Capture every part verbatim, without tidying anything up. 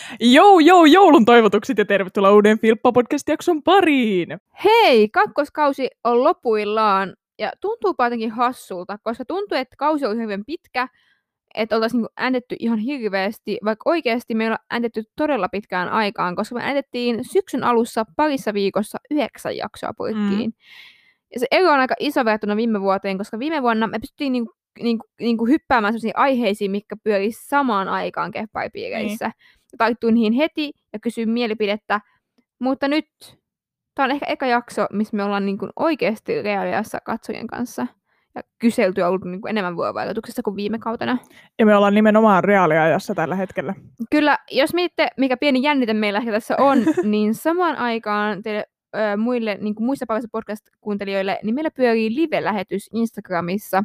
Jou, jou, joulun toivotukset ja tervetuloa uuden Filppa-podcast-jakson pariin! Hei, kakkoskausi on lopuillaan ja tuntuu jotenkin hassulta, koska tuntuu, että kausi oli hyvin pitkä, että oltaisiin niinku äänitetty ihan hirveästi, vaikka oikeasti meillä on äänitetty todella pitkään aikaan, koska me äänitettiin syksyn alussa parissa viikossa yhdeksän jaksoa purkkiin. Mm. Ja se ero on aika iso verrattuna viime vuoteen, koska viime vuonna me pystyttiin niinku, niinku, niinku hyppäämään sellaisiin aiheisiin, mitkä pyörisi samaan aikaan kehpaipiireissä. Mm. Ja tarttuin niihin heti ja kysyin mielipidettä, mutta nyt tämä on ehkä eka jakso, missä me ollaan niin kuin oikeasti reaaliassa katsojien kanssa ja kyselty ja ollut niin kuin enemmän vuorovaikutuksesta kuin viime kautena. Ja me ollaan nimenomaan reaaliajassa tällä hetkellä. Kyllä, jos mietitte, mikä pieni jännite meillä ehkä tässä on, niin samaan aikaan teille ö, muille, niin kuin muissa päivässä podcast-kuuntelijoille, niin meillä pyörii live-lähetys Instagramissa.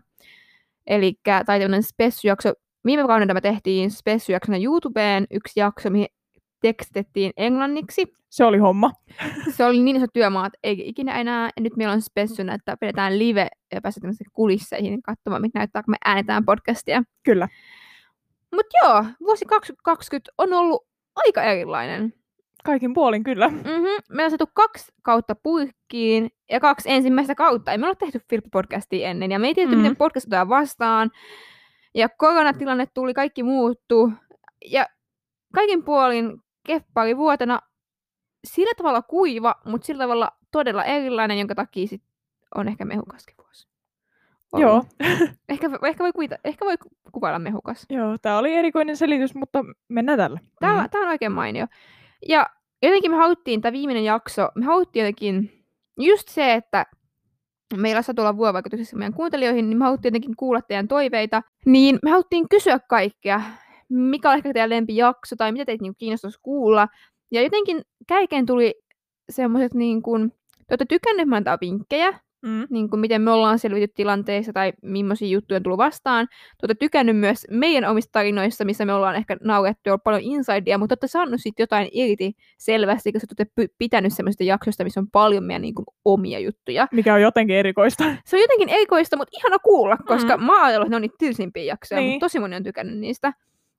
Eli tai tämmöinen spessujakso. Viime kaudella me tehtiin spessujaksona YouTubeen yksi jakso, mihin tekstitettiin englanniksi. Se oli homma. Se oli niin iso työmaa, että ei ikinä enää. Ja nyt meillä on spessuna, että pidetään live ja pääsee tämmöisiin kulisseihin katsomaan, mitä näyttää, kun me äänetään podcastia. Kyllä. Mutta joo, vuosi kaksituhattakaksikymmentä on ollut aika erilainen. Kaikin puolin kyllä. Mm-hmm. Meillä on saatu kaksi kautta purkkiin ja kaksi ensimmäistä kautta. Ei me olla tehty Filppa-podcastia ennen ja me ei tiedetty, mm-hmm. miten podcast otetaan vastaan. Ja koronatilanne tuli, kaikki muuttuu. Ja kaikin puolin kefpari vuotena sillä tavalla kuiva, mutta sillä tavalla todella erilainen, jonka takia sit on ehkä mehukaskin vuosi. Ollut. Joo. ehkä, ehkä, voi kuita, ehkä voi kuvailla mehukas. Joo, tää oli erikoinen selitys, mutta mennään tällä. Tää, Mm-hmm. tää on oikein mainio. Ja jotenkin me haluttiin, tämä viimeinen jakso, me haluttiin jotenkin just se, että meillä saa tulla vuorovaikutuksessa meidän kuuntelijoihin, niin me haluttiin jotenkin kuulla teidän toiveita. Niin me haluttiin kysyä kaikkea, mikä on ehkä teidän lempijakso tai mitä teitä niin kiinnostaisi kuulla. Ja jotenkin käikeen tuli semmoiset, niin kuin, te olette tykänneet mä antaa vinkkejä, mm. niin kuin miten me ollaan selvitty tilanteissa tai millaisia juttuja on tullut vastaan. Te olette tykännyt myös meidän omista tarinoissa, missä me ollaan ehkä naurettu ja ollut paljon insidea, mutta olette saanut siitä jotain irti selvästi, koska te olette pitänyt semmoisista jaksoista, missä on paljon meidän niin kuin, omia juttuja. Mikä on jotenkin erikoista. Se on jotenkin erikoista, mutta ihana kuulla, koska mm. mä oon ajatellut, että ne on niitä tylsimpiä jaksoja, niin. Mutta tosi moni on tykännyt niistä.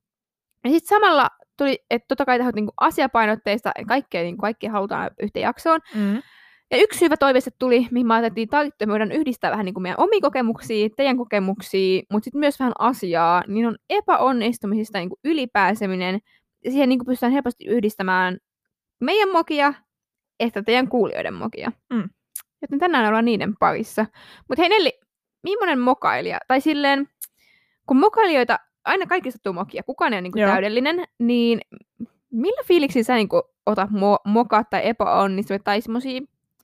Ja sitten samalla tuli, että totta kai tähän niinku asiapainotteista, kaikkea, niinku kaikki halutaan yhteen jaksoon. Mm. Ja yksi hyvä toive tuli, mihin mä ajattelin tarttua, me voidaan yhdistää vähän niinku meidän omia kokemuksia, teidän kokemuksia, mutta sitten myös vähän asiaa, niin on epäonnistumisista niinku ylipääseminen, ja siihen niinku pystytään helposti yhdistämään meidän mokia, että teidän kuulijoiden mokia. Mm. Joten tänään ollaan niiden parissa. Mutta hei Nelli, millainen mokailija, tai silleen, kun mokailijoita aina kaikki sattuu mokia, kukaan ei ole niinku täydellinen, niin millä fiiliksillä sä niinku otat mo- mokat tai epäonnistumat tai semmosia,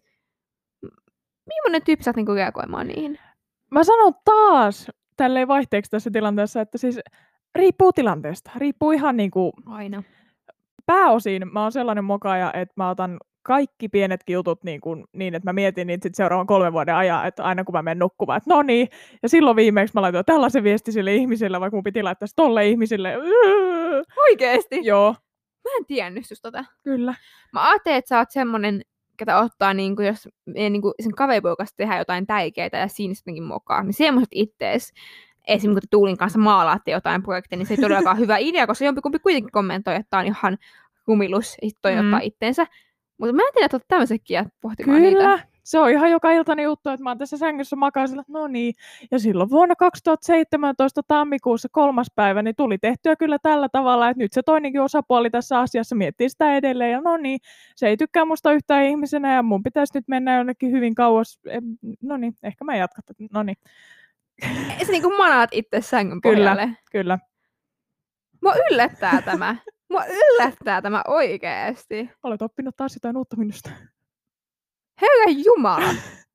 millainen tyyppi sä oot niinku reagoimaan niihin? Mä sanon taas tälleen vaihteeksi tässä tilanteessa, että siis riippuu tilanteesta. Riippuu ihan niinku aina. Pääosin mä oon sellainen mokaaja, että mä otan kaikki pienetkin jutut niin, kuin, niin että mä mietin niitä sit seuraavan kolmen vuoden ajan, että aina kun mä menen nukkumaan, että no niin, ja silloin viimeksi mä laitoin tällaisen viesti sille ihmiselle, vaikka mun piti laittaa tolle ihmisille. Oikeesti? Joo. Mä en tiennyt just tota. Kyllä. Mä ajattelin, että sä oot semmonen, ketä ottaa, niin kuin, jos niin kuin sen kaveriporukasta tehdään jotain täikeitä ja siinä sittenkin mokaa, niin semmoiset ittees. Esimerkiksi kun te Tuulin kanssa maalaatte jotain projektia, niin se ei todellakaan hyvä idea, koska jompikumpi kuitenkin kommentoi, että tää on ihan kumilus ja sitten toi mm. ottaa itteensä. Mutta mä en tiedä, että olet tämmöisetkin ja pohtimaan Kyllä. niitä. Se on ihan joka iltainen juttu, että mä oon tässä sängyssä makaisella, että no niin. Ja silloin vuonna kaksituhattaseitsemäntoista tammikuussa kolmas päivä, niin tuli tehtyä kyllä tällä tavalla, että nyt se toinenkin osapuoli tässä asiassa miettii sitä edelleen. Ja no niin, se ei tykkää musta yhtään ihmisenä ja mun pitäisi nyt mennä jonnekin hyvin kauas. No niin, ehkä mä jatkan. No niin. Sä niin kuin manaat itse sängyn pohjalle. Kyllä, kyllä. Mua yllättää tämä. Mua yllättää tämä oikeesti. Olet oppinut taas jotain uutta minusta. Herra Jumala.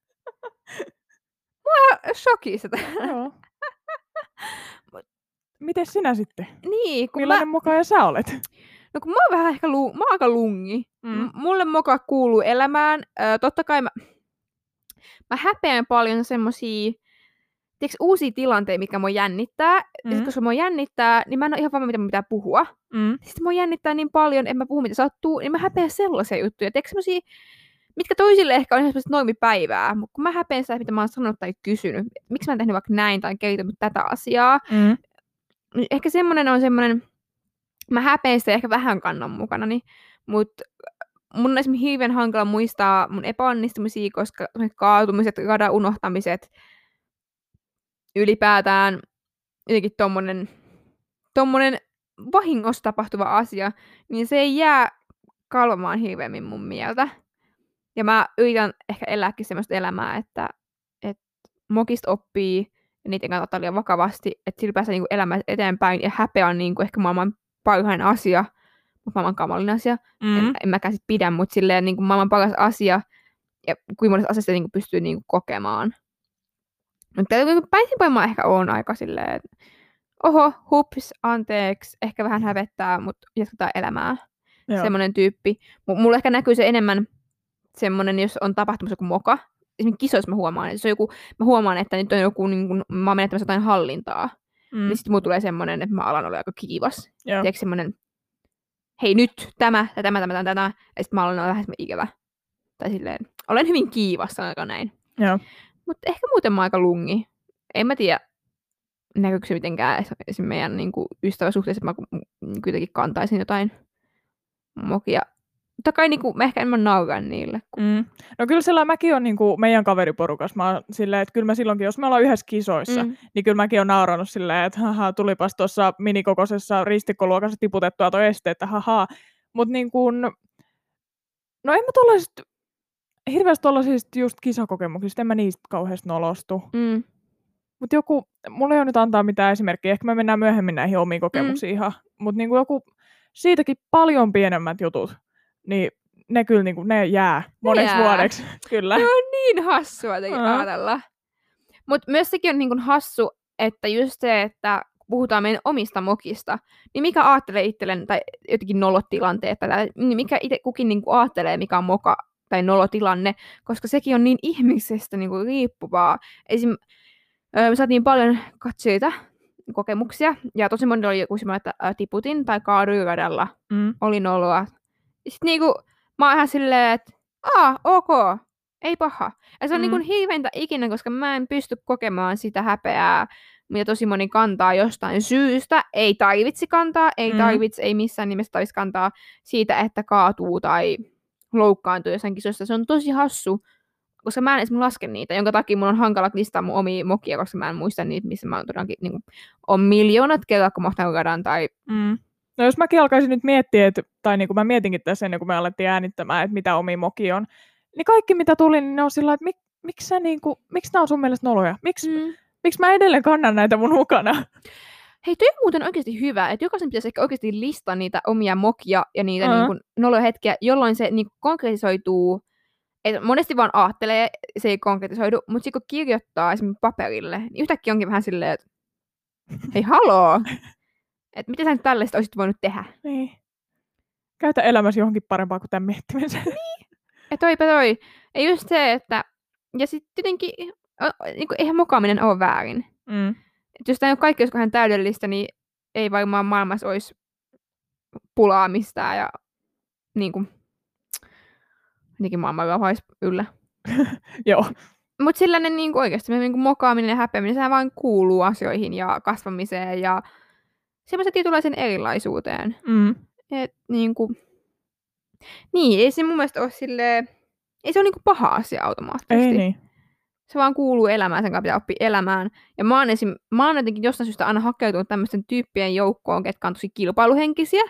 Mua on shokissa tämä. Joo. Mites sinä sitten? Niin, kun Millainen mä... mokaaja sä olet? No kun mä oon vähän ehkä lu... mä oon aika lungi. Mm. Mulle moka kuuluu elämään. Ö, totta kai mä... Mä häpeän paljon semmosia... Tiedätkö, uusia tilanteita, mikä mua jännittää. Mm. Ja sit, koska mua jännittää, niin mä en ole ihan varma, mitä mun pitää puhua. Mm. Sitten mua jännittää niin paljon, että mä puhun, mitä sattuu, niin mä häpeän sellaisia juttuja. Tiedätkö, semmosia, mitkä toisille ehkä on ihan semmoista normipäivää. Mutta kun mä häpeän sitä, mitä mä oon sanonut tai kysynyt, miksi mä en tehnyt vaikka näin tai kertonut tätä asiaa. Mm. Niin ehkä semmoinen on semmoinen, mä häpeän sitä ehkä vähän kannan mukanani, mutta mun on esimerkiksi hirveän hankala muistaa mun epäonnistumisia, koska kaatumiset, radan unohtamiset, ylipäätään jotenkin tommonen, tommonen vahingossa tapahtuva asia, niin se ei jää kalvamaan hirveämmin mun mieltä. Ja mä yritän ehkä elääkin semmoista elämää, että, että mokista oppii ja niitä ei kannata ottaa liian vakavasti, että sillä pääsee niinku elämään eteenpäin ja häpeä on niinku ehkä maailman parhain asia, mutta maailman kamalin asia. Mm. En, en mäkään sit pidä, mutta silleen niinku maailman paras asia ja kuinka monesta asiasta niinku pystyy niinku kokemaan. Mutta päisinpoimaa ehkä on aika silleen, että oho, hups, anteeksi, ehkä vähän hävettää, mutta jatketaan elämää. Joo. Semmoinen tyyppi. M- mulla ehkä näkyy se enemmän semmoinen, jos on tapahtumassa joku moka. Esimerkiksi kisoissa mä huomaan, että, se on joku, mä huomaan, että nyt on joku, niin kun, mä oon menettämässä jotain hallintaa. Mm. Niin sitten mulla tulee semmoinen, että mä alan olla aika kiivas. Tiedätkö semmoinen, hei nyt, tämä, tämä, tämä, tämä, tämä. Ja sitten mä alan olla vähän semmoinen ikävä. Tai silleen, olen hyvin kiivas, sanotaan näin. Mutta ehkä muuten mä oon aika lungi. En mä tiedä, näkyykö se mitenkään esimerkiksi meidän niin kuin ystäväsuhteessa, että mä kuitenkin kantaisin jotain mokia. Mutta kai niin kuin, mä ehkä enemmän nauran niille. Kun... Mm. No kyllä sillä mäkin on niin kuin meidän kaveriporukassa. Mä oon silleen, että kyllä mä silloinkin, jos me ollaan yhdessä kisoissa, mm. niin kyllä mäkin oon naurannut silleen, että haha, tulipas tuossa minikokoisessa ristikkoluokassa tiputettua toi este, että haha. Mutta niin kuin, no en mä tollaisista, hirveästi tollaisista just kisakokemuksista, en mä niistä kauheasti nolostu. Mm. Mutta joku, mulla ei ole nyt antaa mitään esimerkkiä, ehkä me mennään myöhemmin näihin omiin kokemuksiin mm. ihan, mutta niinku joku siitäkin paljon pienemmät jutut, niin ne kyllä niinku, ne jää moneksi jää. vuodeksi. Kyllä. Ne on niin hassua jotenkin uh-huh. ajatella. Mutta myös sekin on niinku hassu, että just se, että puhutaan meidän omista mokista, niin mikä ajattelee itselleen, tai jotenkin nolotilanteet, tai niin mikä itse kukin niinku ajattelee, mikä on moka tai nolotilanne, koska sekin on niin ihmisestä niinku riippuvaa. Esim. Me saatiin paljon katsoita, kokemuksia, ja tosi moni oli joku semmoinen, että ä, tiputin tai kaaduin radalla, mm. oli noloa. Sitten niinku, mä oon ihan silleen, että aa, ok, ei paha. Ja se on mm. niinku hirveintä ikinä, koska mä en pysty kokemaan sitä häpeää, mitä tosi moni kantaa jostain syystä. Ei tarvitsi kantaa, ei mm. tarvitsi, ei missään nimessä tarvitsi kantaa siitä, että kaatuu tai loukkaantuu jossain kisossa. Se on tosi hassu. Koska mä en edes laske niitä, jonka takia mun on hankala listaa mun omia mokia, koska mä en muista niitä, missä mä todellakin niin kuin, on miljoonat kerran, kun mä ohtanut radan tai... Mm. No jos mäkin alkaisin nyt miettiä, että, tai niin kuin mä mietinkin tässä ennen kuin me alettiin äänittämään, että mitä omia mokia on, niin kaikki mitä tuli, niin ne on sillä että mik, miksi, sä, niin kuin, miksi nämä on sun mielestä noloja? Miks, mm. Miksi mä edelleen kannan näitä mun mukana? Hei, toi on muuten oikeasti hyvä, että jokaisen pitäisi ehkä oikeasti listaa niitä omia mokia ja niitä uh-huh. niin kuin, noloja hetkiä, jolloin se niin kuin, konkretisoituu. Et monesti vaan aattelee, se ei konkretisoidu, mutta sitten kun kirjoittaa esimerkiksi paperille, niin yhtäkkiä onkin vähän silleen, että hei haloo, että mitä sä nyt tällaista olisit voinut tehdä? Niin. Käytä elämäsi johonkin parempaa kuin tämän miettimisen. Niin. Ja toipa toi. Ja just se, että ja sitten tietenkin, niin kuin, eihän mokaaminen ole väärin. Mm. Et jos tämä ei ole kaikki joskus täydellistä, niin ei varmaan maailmassa olisi pulaamista ja niin kuin, niinkin maailman rauhaisi yllä. Joo. Mutta sellainen niin oikeasti niin mokaaminen ja häpeäminen, sehän vaan kuuluu asioihin ja kasvamiseen ja semmoisen tietynlaisen erilaisuuteen. Mm. Et, niin, kuin, niin, ei se mun mielestä ole silleen, ei se ole niin kuin paha asia automaattisesti. Ei niin. Se vaan kuuluu elämään, sen kanssa pitää oppia elämään. Ja mä oon, esim, mä oon jotenkin jostain syystä aina hakeutunut tämmöisten tyyppien joukkoon, ketkä on tosi kilpailuhenkisiä.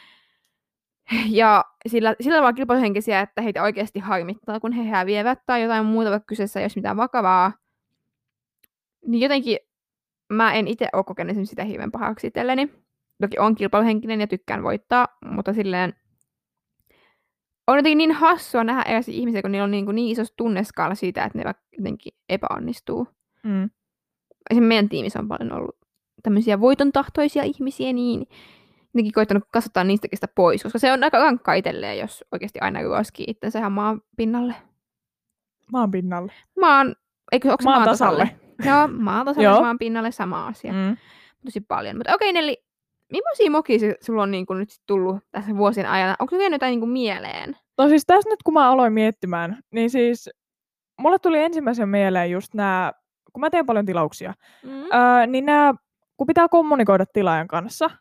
Ja sillä, sillä tavalla kilpailuhenkisiä, että heitä oikeasti harmittaa, kun he häviävät tai jotain muuta, vaikka kyseessä ei olisi mitään vakavaa. Niin jotenkin mä en itse ole kokenut sitä hirveän pahaksi itselleni. Toki on kilpailuhenkinen ja tykkään voittaa, mutta silleen on jotenkin niin hassua nähdä erilaisia ihmisiä, kun niillä on niin, niin iso tunneskaala siitä, että ne jotenkin epäonnistuu. Mm. Esimerkiksi meidän tiimissä on paljon ollut tämmöisiä voitontahtoisia ihmisiä, niin jotenkin koittanut kasvattaa niistäkin sitä pois, koska se on aika rankkaa itselleen, jos oikeasti aina ruoskii itsensä ihan maan pinnalle. Maan pinnalle? Maan, eikö, onko maan tasalle? Joo, maan tasalle ja maan pinnalle sama asia. Mm. Tosi paljon. Mutta okei, Nelli, millaisia mokia sulla on niin kuin nyt tullut tässä vuosien ajan? Onko jäänyt jotain niin kuin mieleen? No siis tässä nyt kun mä aloin miettimään, niin siis mulle tuli ensimmäisen mieleen just nämä, kun mä teen paljon tilauksia, mm. öö, niin nämä, kun pitää kommunikoida tilaajan kanssa,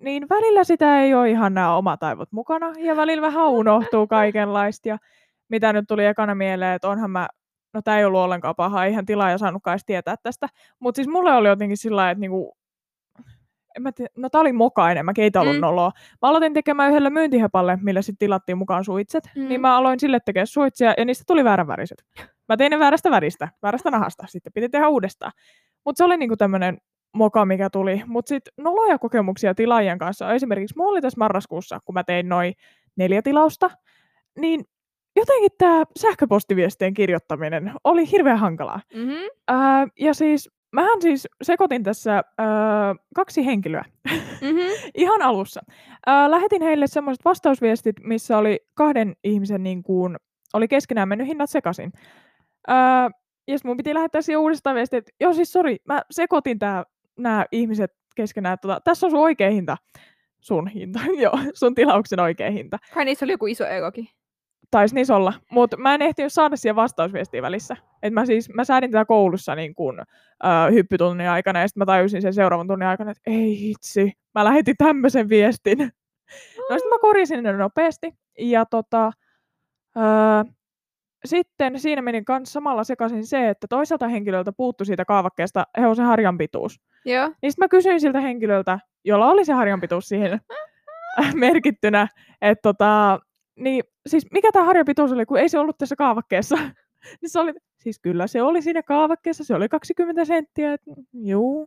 niin välillä sitä ei ole ihan nämä omat aivot mukana, ja välillä vähän unohtuu kaikenlaista, ja mitä nyt tuli ekana mieleen, että onhan mä, no tää ei ollut ollenkaan paha, eihän tilaaja saanutkaan edes tietää tästä, mutta siis mulle oli jotenkin sillä lailla, että niinku, en mä tiedä, no tää oli moka enemmänkin, ei tää ollut Mm. noloa. Mä aloitin tekemään yhdelle myyntihepalle, millä sitten tilattiin mukaan suitset, Mm. niin mä aloin sille tekemään suitsia, ja niistä tuli vääränväriset. Mä tein ne väärästä väristä, väärästä nahasta, sitten piti tehdä uudestaan. Mutta se oli niinku tämmönen moka, mikä tuli. Mutta sitten noloja kokemuksia tilaajien kanssa. Esimerkiksi mulla oli tässä marraskuussa, kun mä tein noin neljä tilausta, niin jotenkin tämä sähköpostiviestien kirjoittaminen oli hirveän hankalaa. Mm-hmm. Ää, ja siis mähän siis sekoitin tässä ää, kaksi henkilöä Mm-hmm. ihan alussa. Ää, lähetin heille semmoiset vastausviestit, missä oli kahden ihmisen niin kuin, oli keskenään mennyt hinnat sekaisin. Ää, ja sitten mun piti lähettää siihen uudestaan viestiä, että joo siis sori, mä sekoitin nämä ihmiset keskenään, että tota, tässä on sun oikea hinta. Sun hinta, joo, sun tilauksen oikea hinta. Kai niissä oli joku iso erokin. Taisi niissä olla, mutta mä en ehtinyt saada siihen vastausviestiä välissä. Et mä siis, mä säädin tätä koulussa niin kun, äh, hyppytunnin aikana, ja sitten mä tajusin sen seuraavan tunnin aikana, että ei hitsi, mä lähetin tämmöisen viestin. No sitten mä korjasin ne nopeasti, ja tota, äh, sitten siinä meni kans samalla sekaisin se, että toiselta henkilöltä puuttui siitä kaavakkeesta hevosen harjan pituus. Joo. Niin sitten mä kysyin siltä henkilöltä, jolla oli se harjan pituus siihen merkittynä, että tota, niin siis mikä tämä harjan pituus oli, kun ei se ollut tässä kaavakkeessa. Niin se oli, siis kyllä se oli siinä kaavakkeessa, se oli kaksikymmentä senttiä, että juu.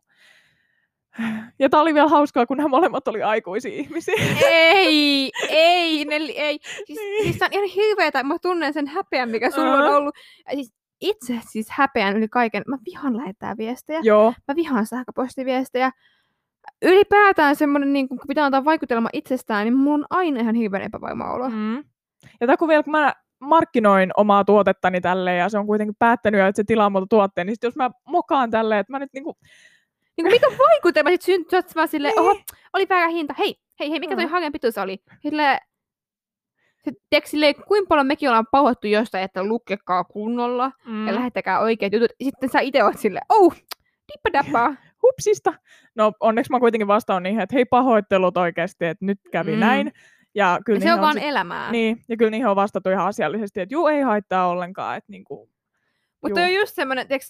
Ja tää oli vielä hauskaa, kun nämä molemmat oli aikuisia ihmisiä. Ei, ei, Nelli, ei. Siis, Niin. siis se on ihan hirveetä, mä tunnen sen häpeän, mikä sulla on Aa. ollut. Ja siis itse siis häpeän yli kaiken. Mä vihaan lähettää viestejä. Joo. Mä vihaan sähköpostiviestejä. Ylipäätään semmonen, niin kun pitää antaa vaikutelma itsestään, niin mulla on aina ihan hirveän epävarma olo. Mm. Ja tää kun vielä, kun mä markkinoin omaa tuotettani tälleen, ja se on kuitenkin päättänyt, että se tilaa multa tuotteen, niin sit jos mä mokaan tälleen, että mä nyt niinku... Niin kuin mikä vaikutelma sit syntyy, että mä silleen, Niin. oho, oli väärä hinta, hei, hei, hei, mikä toi Mm. harjan pituus oli? Silleen, se, tiedätkö, silleen, kuinka paljon mekin ollaan pauhattu jostain, että lukekaa kunnolla Mm. ja lähettäkää oikeat jutut. Sitten sä itse oot silleen, oh, dippadappa. Hupsista. No onneksi mä kuitenkin vastaan niihin, että hei pahoittelut oikeasti, että nyt kävi Mm. näin. Ja kyllä Ja se niihin on vaan sit- elämää. Niin, ja kyllä niihin on vastattu ihan asiallisesti, että juu, ei haittaa ollenkaan. Että niinku, Mutta juu. on just semmonen, tiiäks,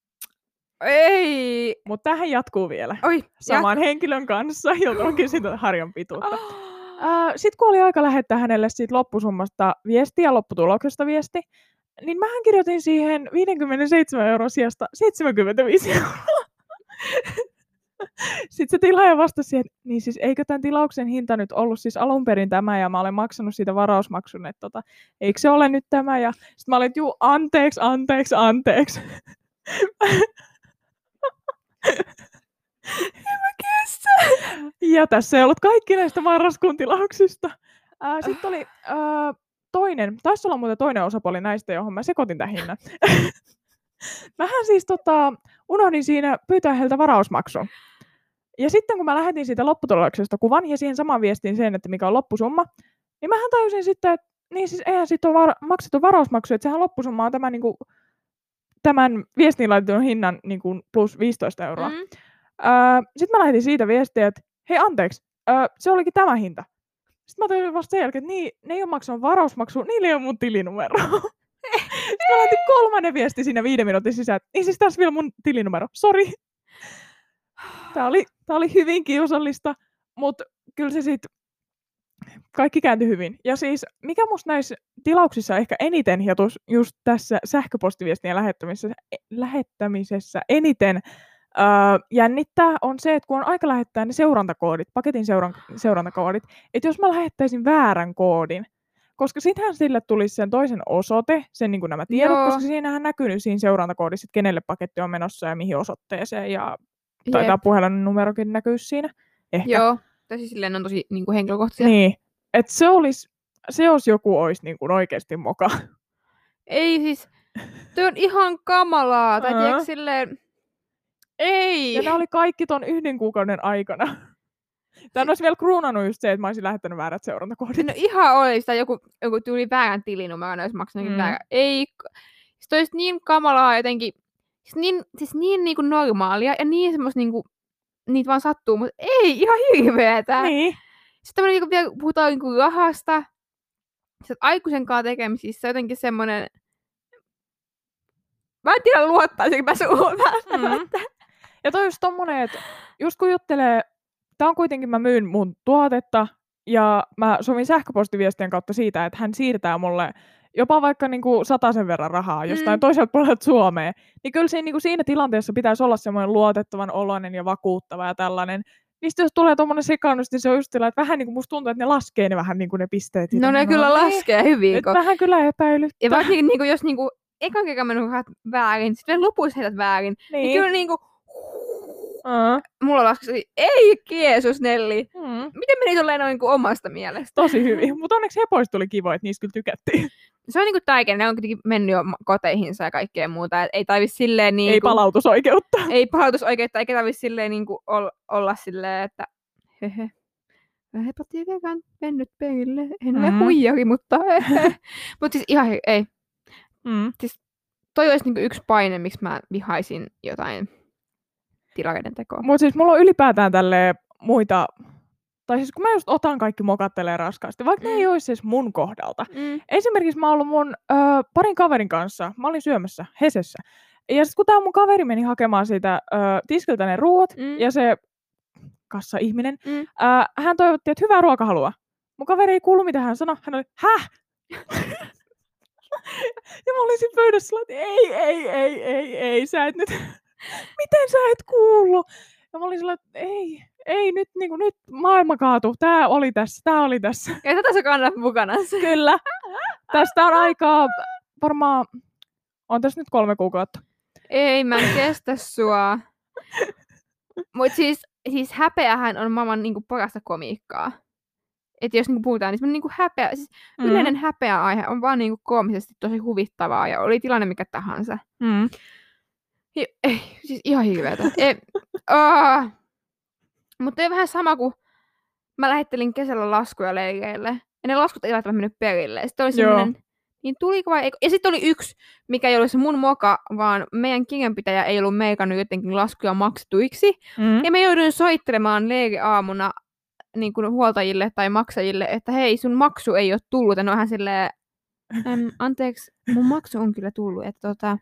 ei, Mut tähän jatkuu vielä. oi, Saman henkilön kanssa, jolta on kysytty harjan pituutta. Ah. Sitten kun oli aika lähettää hänelle siitä loppusummasta viesti ja lopputuloksesta viesti, niin mähän kirjoitin siihen viisikymmentäseitsemän euron sijasta seitsemänkymmentäviisi euroa. Sitten se tilaaja vastasi siihen, että niin siis eikö tämän tilauksen hinta nyt ollut siis alun perin tämä, ja mä olen maksanut siitä varausmaksun, että tota, eikö se ole nyt tämä, ja sitten mä olin, että juu, anteeksi, anteeksi, anteeksi. Ja tässä ei ollut kaikki näistä marraskuun tilauksista. Sitten oli ää, toinen, taisi olla muuten toinen osapuoli näistä, johon mä sekoitin tämän hinnan. Mähän siis tota, unohdin siinä pyytää heiltä varausmaksun. Ja sitten kun mä lähetin siitä lopputuloksesta kuvan ja siihen samaan viestiin sen, että mikä on loppusumma, niin mähän tajusin sitten, että niin siis eihän siitä ole var- maksettu varausmaksu, että sehän loppusumma on tämä, niin kuin, tämän viestiin laitetun hinnan niin kuin plus viisitoista euroa. Mm. Öö, sitten mä lähetin siitä viestiä, että hei anteeksi, öö, se olikin tämä hinta. Sitten mä tajusin vasta sen jälkeen, että niin, ne ei ole maksanut varausmaksua, niillä ei ole mun tilinumero. Sitten mä lähetin kolmannen viesti siinä viiden minuutin sisään, että niin siis tässä vielä mun tilinumero, sori. Tää oli, tää oli hyvin kiusallista, mutta kyllä se sitten kaikki kääntyi hyvin. Ja siis mikä musta näissä tilauksissa ehkä eniten, ja tus, just tässä sähköpostiviestien lähettämisessä, lähettämisessä eniten öö, jännittää, on se, että kun on aika lähettää ne seurantakoodit, paketin seuran, seurantakoodit, että jos mä lähettäisin väärän koodin, koska sittenhän sille tulisi sen toisen osoite, sen niin kuin nämä tiedot, Joo. koska siinähän näkyy siinä seurantakoodissa, että kenelle paketti on menossa ja mihin osoitteeseen, ja Jep. taitaa puhelinnumerokin näkyy siinä. Ehkä. Joo, tai siis silleen ne on tosi niin kuin henkilökohtaisia. Niin, että se olisi, se jos joku olisi niin kuin oikeasti moka. Ei siis, toi on ihan kamalaa. Tai Aa. tiedätkö silleen, ei. Ja nämä oli kaikki ton yhden kuukauden aikana. Tämä olisi vielä kruunannut just se, että mä olisin lähettänyt väärät seurantakoodit. No ihan oli sitä joku, joku tuli väärän tilinumero, ne olisi maksanut Mm. väärän. Ei, siis toi olisi niin kamalaa jotenkin, siis niin, siis niin niinku normaalia ja niin semmos niinku niitä vaan sattuu, mutta ei, ihan hirveetä. Niin. Sitten niinku, vielä puhutaan niinku rahasta. Sitten aikuisen kanssa tekemisissä jotenkin semmoinen... Mä en tiedä luottaisinko mä suhun välttämättä. Mm. Ja toi just tommonen, että just kun juttelee, tää on kuitenkin, mä myyn mun tuotetta, ja mä sovin sähköpostiviestien kautta siitä, että hän siirtää mulle jopa vaikka niinku sataisen verran rahaa jostain mm. toiselta puolelta Suomeen. Niin kyllä siinä, niinku siinä tilanteessa pitäisi olla semmoinen luotettavan oloinen ja vakuuttava ja tällainen. Niistä jos tulee tommonen sekaannus, niin se on just sillä, että vähän niinku musta tuntuu, että ne laskee ne vähän niinku ne pisteet. No ne kyllä laskee hyvin. Nyt vähän kyllä epäilyttää. Ja varsinkin niinku, jos niinku ekan kerran mennyt väärin, sitten vielä lopussa heität väärin. Niin, niin kyllä niinku... Uh. Mulla laskesi, ei Jeesus Nelli. Mm. Miten meni tolleen noin niin omasta mielestä? Tosi hyvin, mutta onneksi hepoista tuli kiva, että niistä kyllä tykättiin. Se on niinku taikeen, ne on kuitenkin mennyt jo koteihinsa ja kaikkea muuta. Et ei tarvitse silleen niinku... Ei palautusoikeutta. Ei palautusoikeutta, eikä tarvitse silleen niinku olla silleen, että hehe. Hepotti vegan mennyt perille. En ole mm. huijari, mutta hehe. Mut siis ihan ei. Mm. Siis toi olisi niinku yksi paine, miksi mä vihaisin jotain tilareiden tekoa. Mutta siis mulla on ylipäätään tälleen muita, tai siis kun mä just otan kaikki mokattelee raskaasti, vaikka mm. ne ei olisi siis mun kohdalta. Mm. Esimerkiksi mä oon ollut mun ö, parin kaverin kanssa, mä olin syömässä Hesessä. Ja sitten kun tää mun kaveri meni hakemaan siitä ö, tiskiltä ne ruuat, mm. ja se kassa-ihminen, mm. ö, hän toivotti, että hyvää ruokahalua. Mun kaveri ei kuulu, mitä hän sanoi. Hän oli, häh? Ja mä olin siinä pöydässä sillä, että ei, ei, ei, ei, ei, sä et nyt... Miten sä et kuullut? Ja mä olin sillä, että ei, ei, nyt, niin kuin, nyt maailma kaatu. Tää oli tässä, tää oli tässä. Ja tätä sä kannat mukana. Kyllä. Tästä on aikaa varmaan, on tässä nyt kolme kuukautta. Ei, mä en kestä sua. Mut siis, siis häpeähän on maailman niinku parasta komiikkaa. Että jos niinku puhutaan, niin niinku häpeä, siis mm. yleinen häpeä-aihe on vaan niinku koomisesti tosi huvittavaa ja oli tilanne mikä tahansa. Mm. Hi- ei, siis ihan hirveetä. oh. Mutta ei vähän sama kuin mä lähettelin kesällä laskuja leireille. Ja ne laskut eivät mennyt perille. Sitten oli semmoinen, niin tuliko vai eikö? Ja sitten oli yksi, mikä ei ollut se mun moka, vaan meidän kirjanpitäjä ei ollut meikannut jotenkin laskuja maksetuiksi. Mm. Ja me jouduin soittelemaan leiriaamuna niin kuin huoltajille tai maksajille, että hei, sun maksu ei ole tullut. Ja ne on ihan silleen, anteeksi, mun maksu on kyllä tullut. Että tota...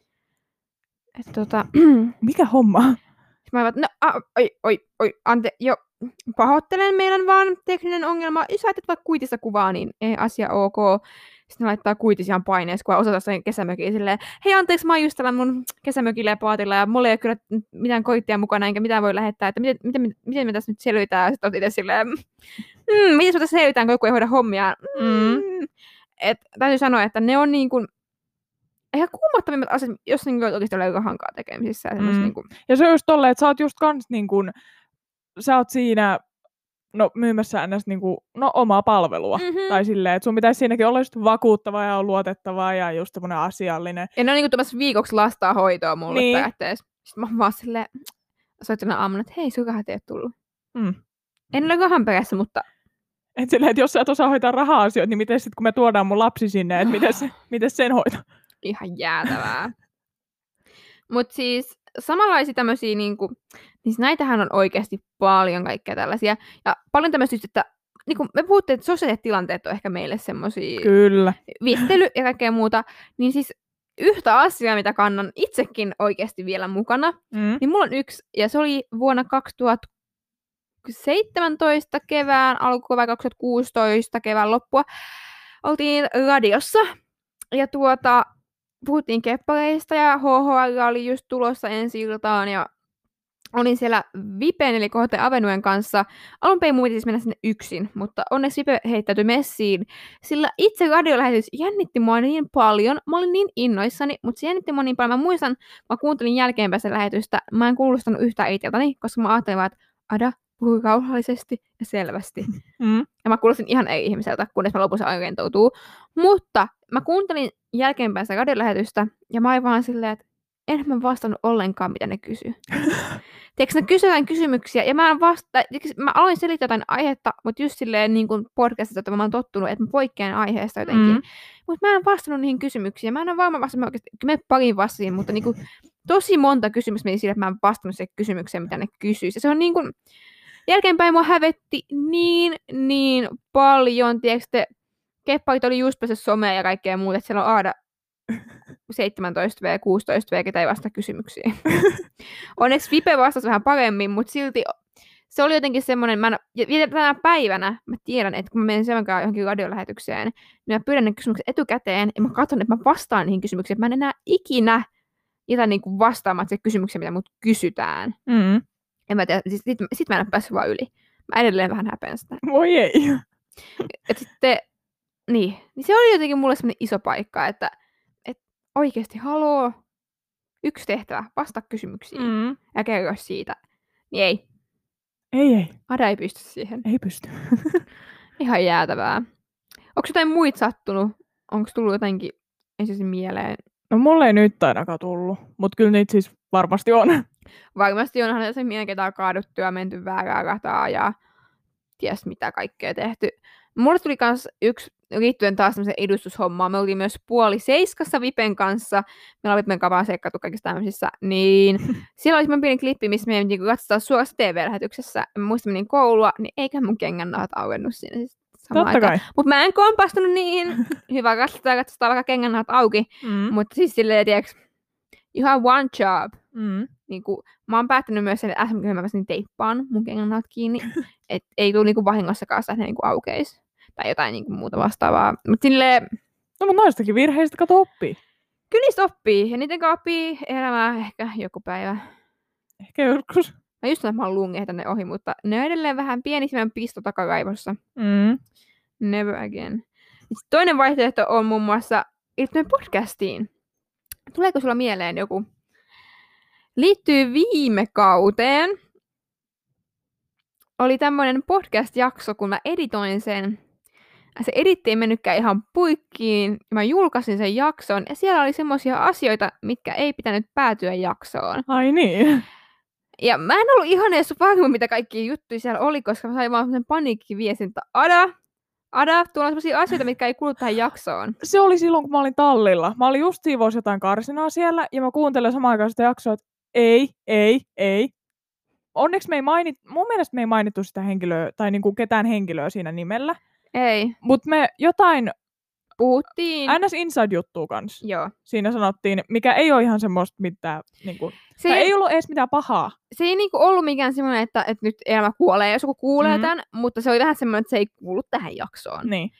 Että tota... Mikä homma? Mä oon, no, a, oi, oi, oi, ante, jo, pahoittelen, meillä on vaan tekninen ongelma. Jos ajattelet vaikka kuitista kuvaa, niin ei asia ok. Sitten ne laittaa kuitisiaan paineessa, kun osoittaa sen kesämökiin silleen, hei anteeksi, mä oon just tällä mun kesämökille paatilla ja mulla ei ole kyllä mitään koittia mukana, enkä mitään voi lähettää, että miten, miten, miten me tässä nyt selvitään. Ja sitten oot itse silleen, mmm, miten me tässä selvitään, kun joku ei hoida hommia. Mm. Et täytyy sanoa, että ne on niin kuin ihan kuumottavimmat asiat, jos niin oikeasti ole rahankaan tekemisissä. Ja, mm. niin kuin... ja se on just tolleen, että sä oot just kans niin kuin, sä oot siinä no, myymässä ns. Niin kuin, no, omaa palvelua. Mm-hmm. Tai silleen, että sun pitäisi siinäkin olla just vakuuttava ja luotettava ja just tämmönen asiallinen. Ja ne on niin kuin tuomassa viikoksi lastaa hoitoa mulle niin. Päätteessä. Sitten mä oon vaan silleen, soittelen aamuna, että hei, sun rahat ei ole tullut. Mm. En ole rahan perässä, mutta... Et silleen, että jos sä et osaa hoitaa raha-asioita, niin miten sit kun me tuodaan mun lapsi sinne, että miten, se, miten sen hoitaa? Ihan jäätävää. Mut siis samanlaisia tämmöisiä, niinku, niin näitähän on oikeasti paljon kaikkea tällaisia. Ja paljon tämmöistä, että niinku, me puhuttiin, että sosiaaliset tilanteet on ehkä meille semmoisia. Kyllä. Viestely ja kaikkea muuta. Niin siis yhtä asiaa, mitä kannan itsekin oikeasti vielä mukana, mm. niin mulla on yksi, ja se oli vuonna kaksituhattaseitsemäntoista kevään alkua vai kaksituhattakuusitoista kevään loppua. Oltiin radiossa, ja tuota... puhuttiin keppareista ja H H L oli just tulossa ensi iltaan ja olin siellä Vipen eli Kohteen Avenuen kanssa. Alun perin mun piti siis mennä sinne yksin, mutta onneksi Vipe heittäytyi messiin, sillä itse radiolähetys jännitti mua niin paljon. Mä olin niin innoissani, mutta se jännitti mua niin paljon. Mä muistan, mä kuuntelin jälkeenpäin sitä lähetystä, mä en kuulostanut yhtään itseltäni, koska mä ajattelin vaan, että Ada, puhui rauhallisesti ja selvästi. Mm. Ja mä kuulostin ihan eri ihmiseltä, kunnes mä lopussa orientoutuu. Mutta mä kuuntelin jälkeenpäin sitä radiolähetystä, ja mä olin vaan silleen, että en mä vastannut ollenkaan, mitä ne kysyi. Tiedätkö, ne kysyvän kysymyksiä, ja mä, en vasta, mä aloin selittää jotain aihetta, mutta just silleen niin kuin podcastissa, että mä oon tottunut, että mä poikkean aiheesta jotenkin. Mm. Mutta mä en vastannut niihin kysymyksiin. Mä en ole varmaan vastannut oikeasti, kyllä me parin vastasin, mutta niin kuin, tosi monta kysymystä meni sille, että mä en vastannut siihen kysymykseen, mitä ne kysyisi. Ja se on niin kuin, jälkeenpäin mua hävetti niin, niin paljon. Tiedätkö, kepparit oli just päässyt somea ja kaikkea muuta, että siellä on Aada seitsemäntoista vuotta, kuusitoista vuotta, ketä ei vastaa kysymyksiin. Onneksi Vipe vastasi vähän paremmin, mutta silti se oli jotenkin semmoinen, mä en, tänä päivänä mä tiedän, että kun mä menen seuraavakaan johonkin radiolähetykseen, niin mä pyydän ne kysymykset etukäteen, ja mä katson, että mä vastaan niihin kysymyksiin, mä en enää ikinä jätä niinku vastaamaan siihen kysymykseen, mitä mut kysytään. Mm. En mä tiedä, sit, sit, sit mä en ole päässyt vaan yli. Mä edelleen vähän häpeän sitä. Voi ei. Et sitten, niin, niin se oli jotenkin mulle semmoinen iso paikka, että oikeasti haloo, yksi tehtävä, vastaa kysymyksiin mm. ja kerro siitä. Niin ei. Ei, ei. Ada ei pysty siihen. Ei pysty. Ihan jäätävää. Onko jotain muita sattunut? Onko tullut jotenkin ensin mieleen? No mulle ei nyt ainakaan tullut, mutta kyllä niitä siis varmasti on. Varmasti onhan se mieleen, ketä on kaaduttu ja menty väärää rataa ja ties mitä kaikkea tehty. Mulle tuli kans yksi, liittyen taas tämmöiseen edustushommaan, me oltiin myös puoli seiskassa Vipen kanssa, meillä oli meidän kavaa seikkailtu kaikissa tämmöisissä, niin siellä oli semmoinen pieni klippi, missä me niin katsotaan suorassa T V-lähetyksessä, mä muistan menin koulua, niin eikä mun kengännahat auennut siinä siis Totta kai. Mutta mä en kompastunut niin, hyvä katsotaan, katsotaan vaikka kengännahat auki, mm. mutta siis silleen, tiiäks, you have one job. Mm. Niin kun, mä oon päättänyt myös sen, että äsken mä pääsin teippaan mun kengännahat kiinni, että ei tule niinku vahingossakaan sitä, että ne niinku aukeisi. Tai jotain niinku muuta vastaavaa. Mut silleen... No mutta noistakin virheistä kato oppii. Kyllä niistä oppii. Ja niiden oppii elämää ehkä joku päivä. Ehkä joskus. Mä just sanon, että mä oon lungea tänne ohi, mutta ne on edelleen vähän pieni semmoinen pisto takaraivossa. Mm. Never again. Sitten toinen vaihtoehto on muun muassa liittyen podcastiin. Tuleeko sulla mieleen joku? Liittyy viime kauteen. Oli tämmöinen podcast-jakso, kun mä editoin sen. Se editti ei mennytkään ihan puikkiin. Mä julkaisin sen jakson. Ja siellä oli semmoisia asioita, mitkä ei pitänyt päätyä jaksoon. Ai niin. Ja mä en ollut ihan edes varma, mitä kaikkia juttuja siellä oli, koska mä sain vaan semmoisen paniikkiviestin, että Ada, Ada, tuolla on semmoisia asioita, mitkä ei kuulu tähän jaksoon. Se oli silloin, kun mä olin tallilla. Mä olin just siivous jotain karsinaa siellä, ja mä kuuntelin samaan aikaan sitä jaksoa, että ei, ei, ei. Onneksi me ei mainit, mun mielestä me ei mainittu sitä henkilöä, tai niinku ketään henkilöä siinä nimellä. Ei. Mutta me jotain puhuttiin. Ns. Inside-juttua kanssa. Joo. Siinä sanottiin, mikä ei ole ihan semmoista mitään, niinku, se ei ollut edes mitään pahaa. Se ei niinku ollut mikään semmoinen, että, että nyt elämä kuolee, jos joku kuulee mm-hmm. tämän, mutta se oli vähän semmoinen, että se ei kuulu tähän jaksoon. Niin.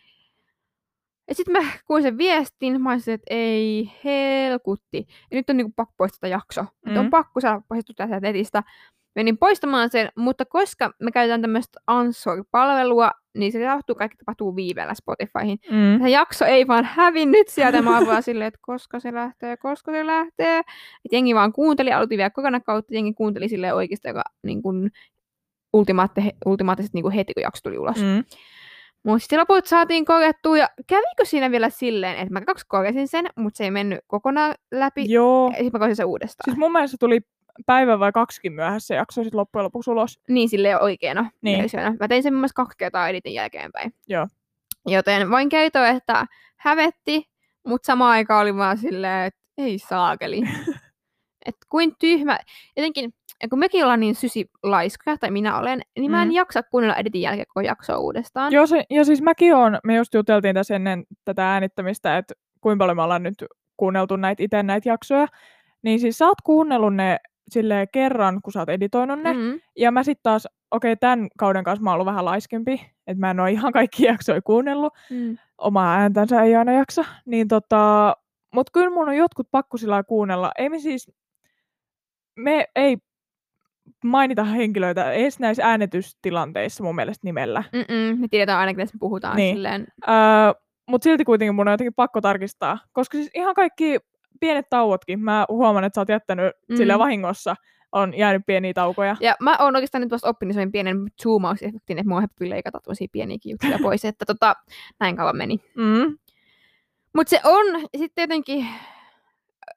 Ja sitten mä kuulin sen viestin, mä olisin, että ei helkutti. Ja nyt on niinku pakko poistaa jakso. Mm-hmm. On pakko saada poistettua tästä netistä. Menin poistamaan sen, mutta koska me käytetään tämmöistä Answer-palvelua, niin se tapahtuu, kaikki tapahtuu viiveellä Spotifyhin. Mm. Se jakso ei vaan hävinnyt sieltä, mä oon vaan silleen, että koska se lähtee, koska se lähtee. Et jengi vaan kuunteli, aloitin vielä kokonaan kautta, jengi kuunteli silleen oikeasti, joka niin kuin ultimaatti, ultimaattisesti niin kuin heti, kun jakso tuli ulos. Mm. Mutta sitten loput saatiin korjattua, ja kävikö siinä vielä silleen, että mä kaksi korjasin sen, mutta se ei mennyt kokonaan läpi, Joo. Ja sitten mä korjasin sen uudestaan. Siis mun mielestä tuli päivä vai kaksikin myöhässä jakso sitten loppujen lopuksi ulos. Niin, silleen oikeena. Niin. Mä tein sen mun mielestä kaksi kertaa editin jälkeenpäin. Joo. Joten voin kertoa, että hävetti, mutta samaan aikaan oli vaan silleen, että ei saakeli. Että kuin tyhmä. Jotenkin, kun mekin ollaan niin sysilaiskoja, tai minä olen, niin mä en mm. jaksa kuunnella editin jälkeen koko jaksoa uudestaan. Joo, se, ja siis mäkin oon, me just juteltiin tässä ennen tätä äänittämistä, että kuinka paljon me ollaan nyt kuunneltu näitä itse näitä jaksoja. Niin siis sä oot kuunnellut ne silleen kerran, kun sä oot editoinut ne. Mm-hmm. Ja mä sit taas, okei, okay, tämän kauden kanssa mä oon ollut vähän laiskempi. Että mä en oo ihan kaikki jaksoja kuunnellut. Mm. Omaa ääntänsä ei aina jaksa. Niin tota, mut kyllä mun on jotkut pakko sillä kuunnella. Ei me siis, me ei mainita henkilöitä edes näissä äänetystilanteissa mun mielestä nimellä. Mm-mm, me tiedetään aina, kenestä me puhutaan niin. silleen. Öö, mut silti kuitenkin mun on jotenkin pakko tarkistaa. Koska siis ihan kaikki pienet tauotkin. Mä huomaan, että sä oot jättänyt mm. sillä vahingossa. On jäänyt pieniä taukoja. Ja mä oon oikeastaan nyt vasta oppinut sellainen pienen zoomausefektin, että mua on helppo leikata tosi pieniäkin juttuja pois. Että tota, näin kauan meni. Mm. Mut se on sitten jotenkin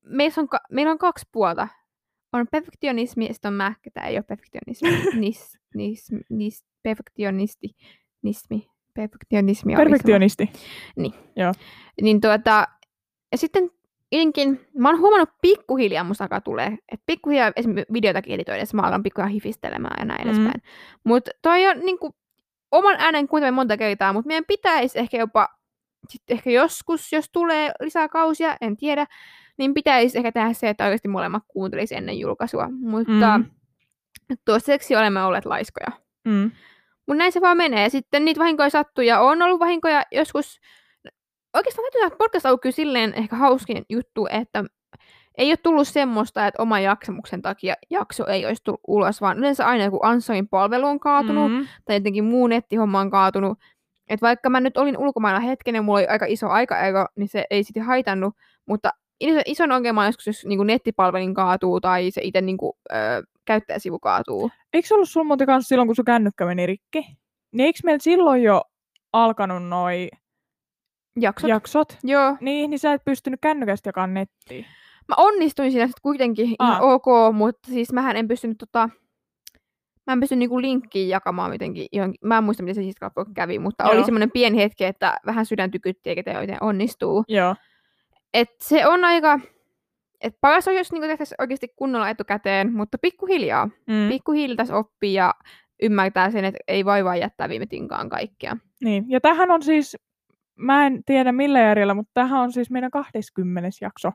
meissä on, meillä on kaksi puolta. On perfektionismi ja sitten on mä, ketä ei ole perfektionismi. nis, nis, nis, perfektionisti. Nismi. Perfektionismi. Perfektionisti. Niin. Joo. Niin tuota, ja sitten jotenkin, mä oon huomannut pikkuhiljaa musta alkaa tulee, että pikkuhiljaa esimerkiksi videotakin editoidessa mä alan pikkuhiljaa hifistelemään ja näin mm. edespäin. Mutta toi on niinku oman äänen kuunteleminen monta kertaa, mutta meidän pitäisi ehkä jopa, sitten ehkä joskus, jos tulee lisää kausia, en tiedä, niin pitäisi ehkä tehdä se, että oikeasti molemmat kuuntelisi ennen julkaisua. Mutta mm. toiseksi olemme olleet laiskoja. Mm. Mutta näin se vaan menee. Ja sitten niitä vahinkoja sattuu ja on ollut vahinkoja joskus. Oikeastaan täytyy sanoa, podcast on ollut kyllä silleen ehkä hauskin juttu, että ei ole tullut semmoista, että oman jaksamuksen takia jakso ei olisi tullut ulos, vaan yleensä aina joku Anssarin palvelu on kaatunut mm. tai jotenkin muu nettihomma on kaatunut. Että vaikka mä nyt olin ulkomailla hetken ja mulla oli aika iso aikaero, niin se ei sitten haitannut, mutta ison ongelma on joskus, jos niin nettipalvelin kaatuu tai se itse niin kuin, ö, käyttäjäsivu kaatuu. Eikö se ollut sulla muuten kanssa silloin, kun sun kännykkä meni rikki? Niin eikö meillä silloin jo alkanut noi jaksot? jaksot? Joo. Niin, niin sä et pystynyt kännykästä jakaa nettiin. Mä onnistuin siinä sitten kuitenkin Aa. ihan ok, mutta siis mähän en pystynyt tota... Mä en pysty niinku linkkiin jakamaan jotenkin. Mä en muista, miten se siis kävi, mutta Joo. oli semmoinen pieni hetki, että vähän sydän tykytti eikä te oikein onnistuu. Joo. Et se on aika... Et paras on, jos niinku tehtäisiin oikeasti kunnolla etukäteen, mutta pikkuhiljaa. Mm. Pikkuhiljaa tässä oppii ja ymmärtää sen, että ei voi vaan jättää viime tinkaan kaikkea. Niin, ja tähän on siis, mä en tiedä millä järjellä, mutta tähän on siis meidän kahdeskymmenes jakso.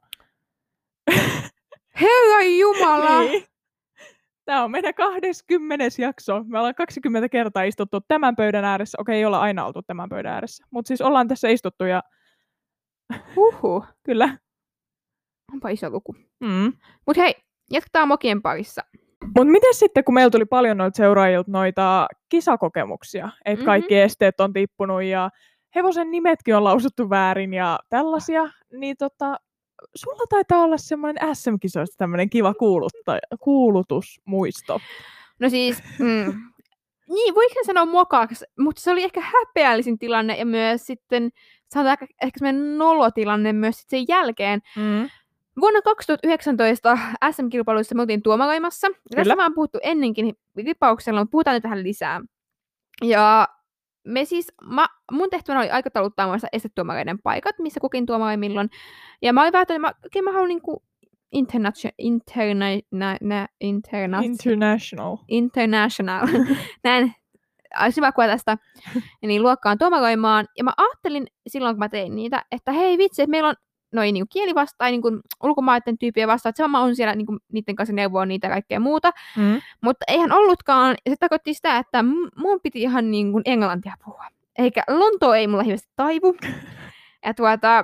Herra Jumala! Niin. Tämä on meidän kahdeskymmenes jakso. Me ollaan kaksikymmentä kertaa istuttu tämän pöydän ääressä. Okei, ei olla aina oltu tämän pöydän ääressä. Mutta siis ollaan tässä istuttu ja... Huhhuh. Kyllä. Onpa iso luku. Mm. Mut hei, jatketaan mokien parissa. Mut miten sitten, kun meillä tuli paljon noita seuraajilta noita kisakokemuksia, että mm-hmm. kaikki esteet on tippunut ja hevosen nimetkin on lausuttu väärin ja tällaisia, niin tota... Sulla taitaa olla semmoinen S M-kisoista tämmöinen kiva kuulutusmuisto. No siis, mm, niin voikin sanoa mokaksi, mutta se oli ehkä häpeällisin tilanne ja myös sitten, sanotaan ehkä semmoinen nolotilanne myös sitten sen jälkeen. Mm. Vuonna kaksituhattayhdeksäntoista S M-kilpailuissa me oltiin tuomaroimassa. Tästä mä oon puhuttu ennenkin ripauksella, mutta puhutaan nyt vähän lisää. Ja me siis, mä, mun tehtävänä oli aikatauluttaa muun muassa estetuomareiden paikat, missä kukin tuomari milloin. Ja mä olin päättänyt, että mä, okay, mä haluan niinku international, interna, na, na, interna, international. International. Näin, olisi hyvä kuva tästä. Ja niin luokkaan tuomaroimaan. Ja mä ajattelin silloin, kun mä tein niitä, että hei vitsi, että meillä on noin niinku kielivastaan, niinku ulkomaiden tyyppiä vastaan, että mä oon siellä niinku niiden kanssa neuvoa niitä ja kaikkea muuta. Mm. Mutta eihän ollutkaan, ja se tarkoitti sitä, että mun piti ihan niinku englantia puhua. Eikä Lontoa ei mulla hirveästi taivu. Ja tuota,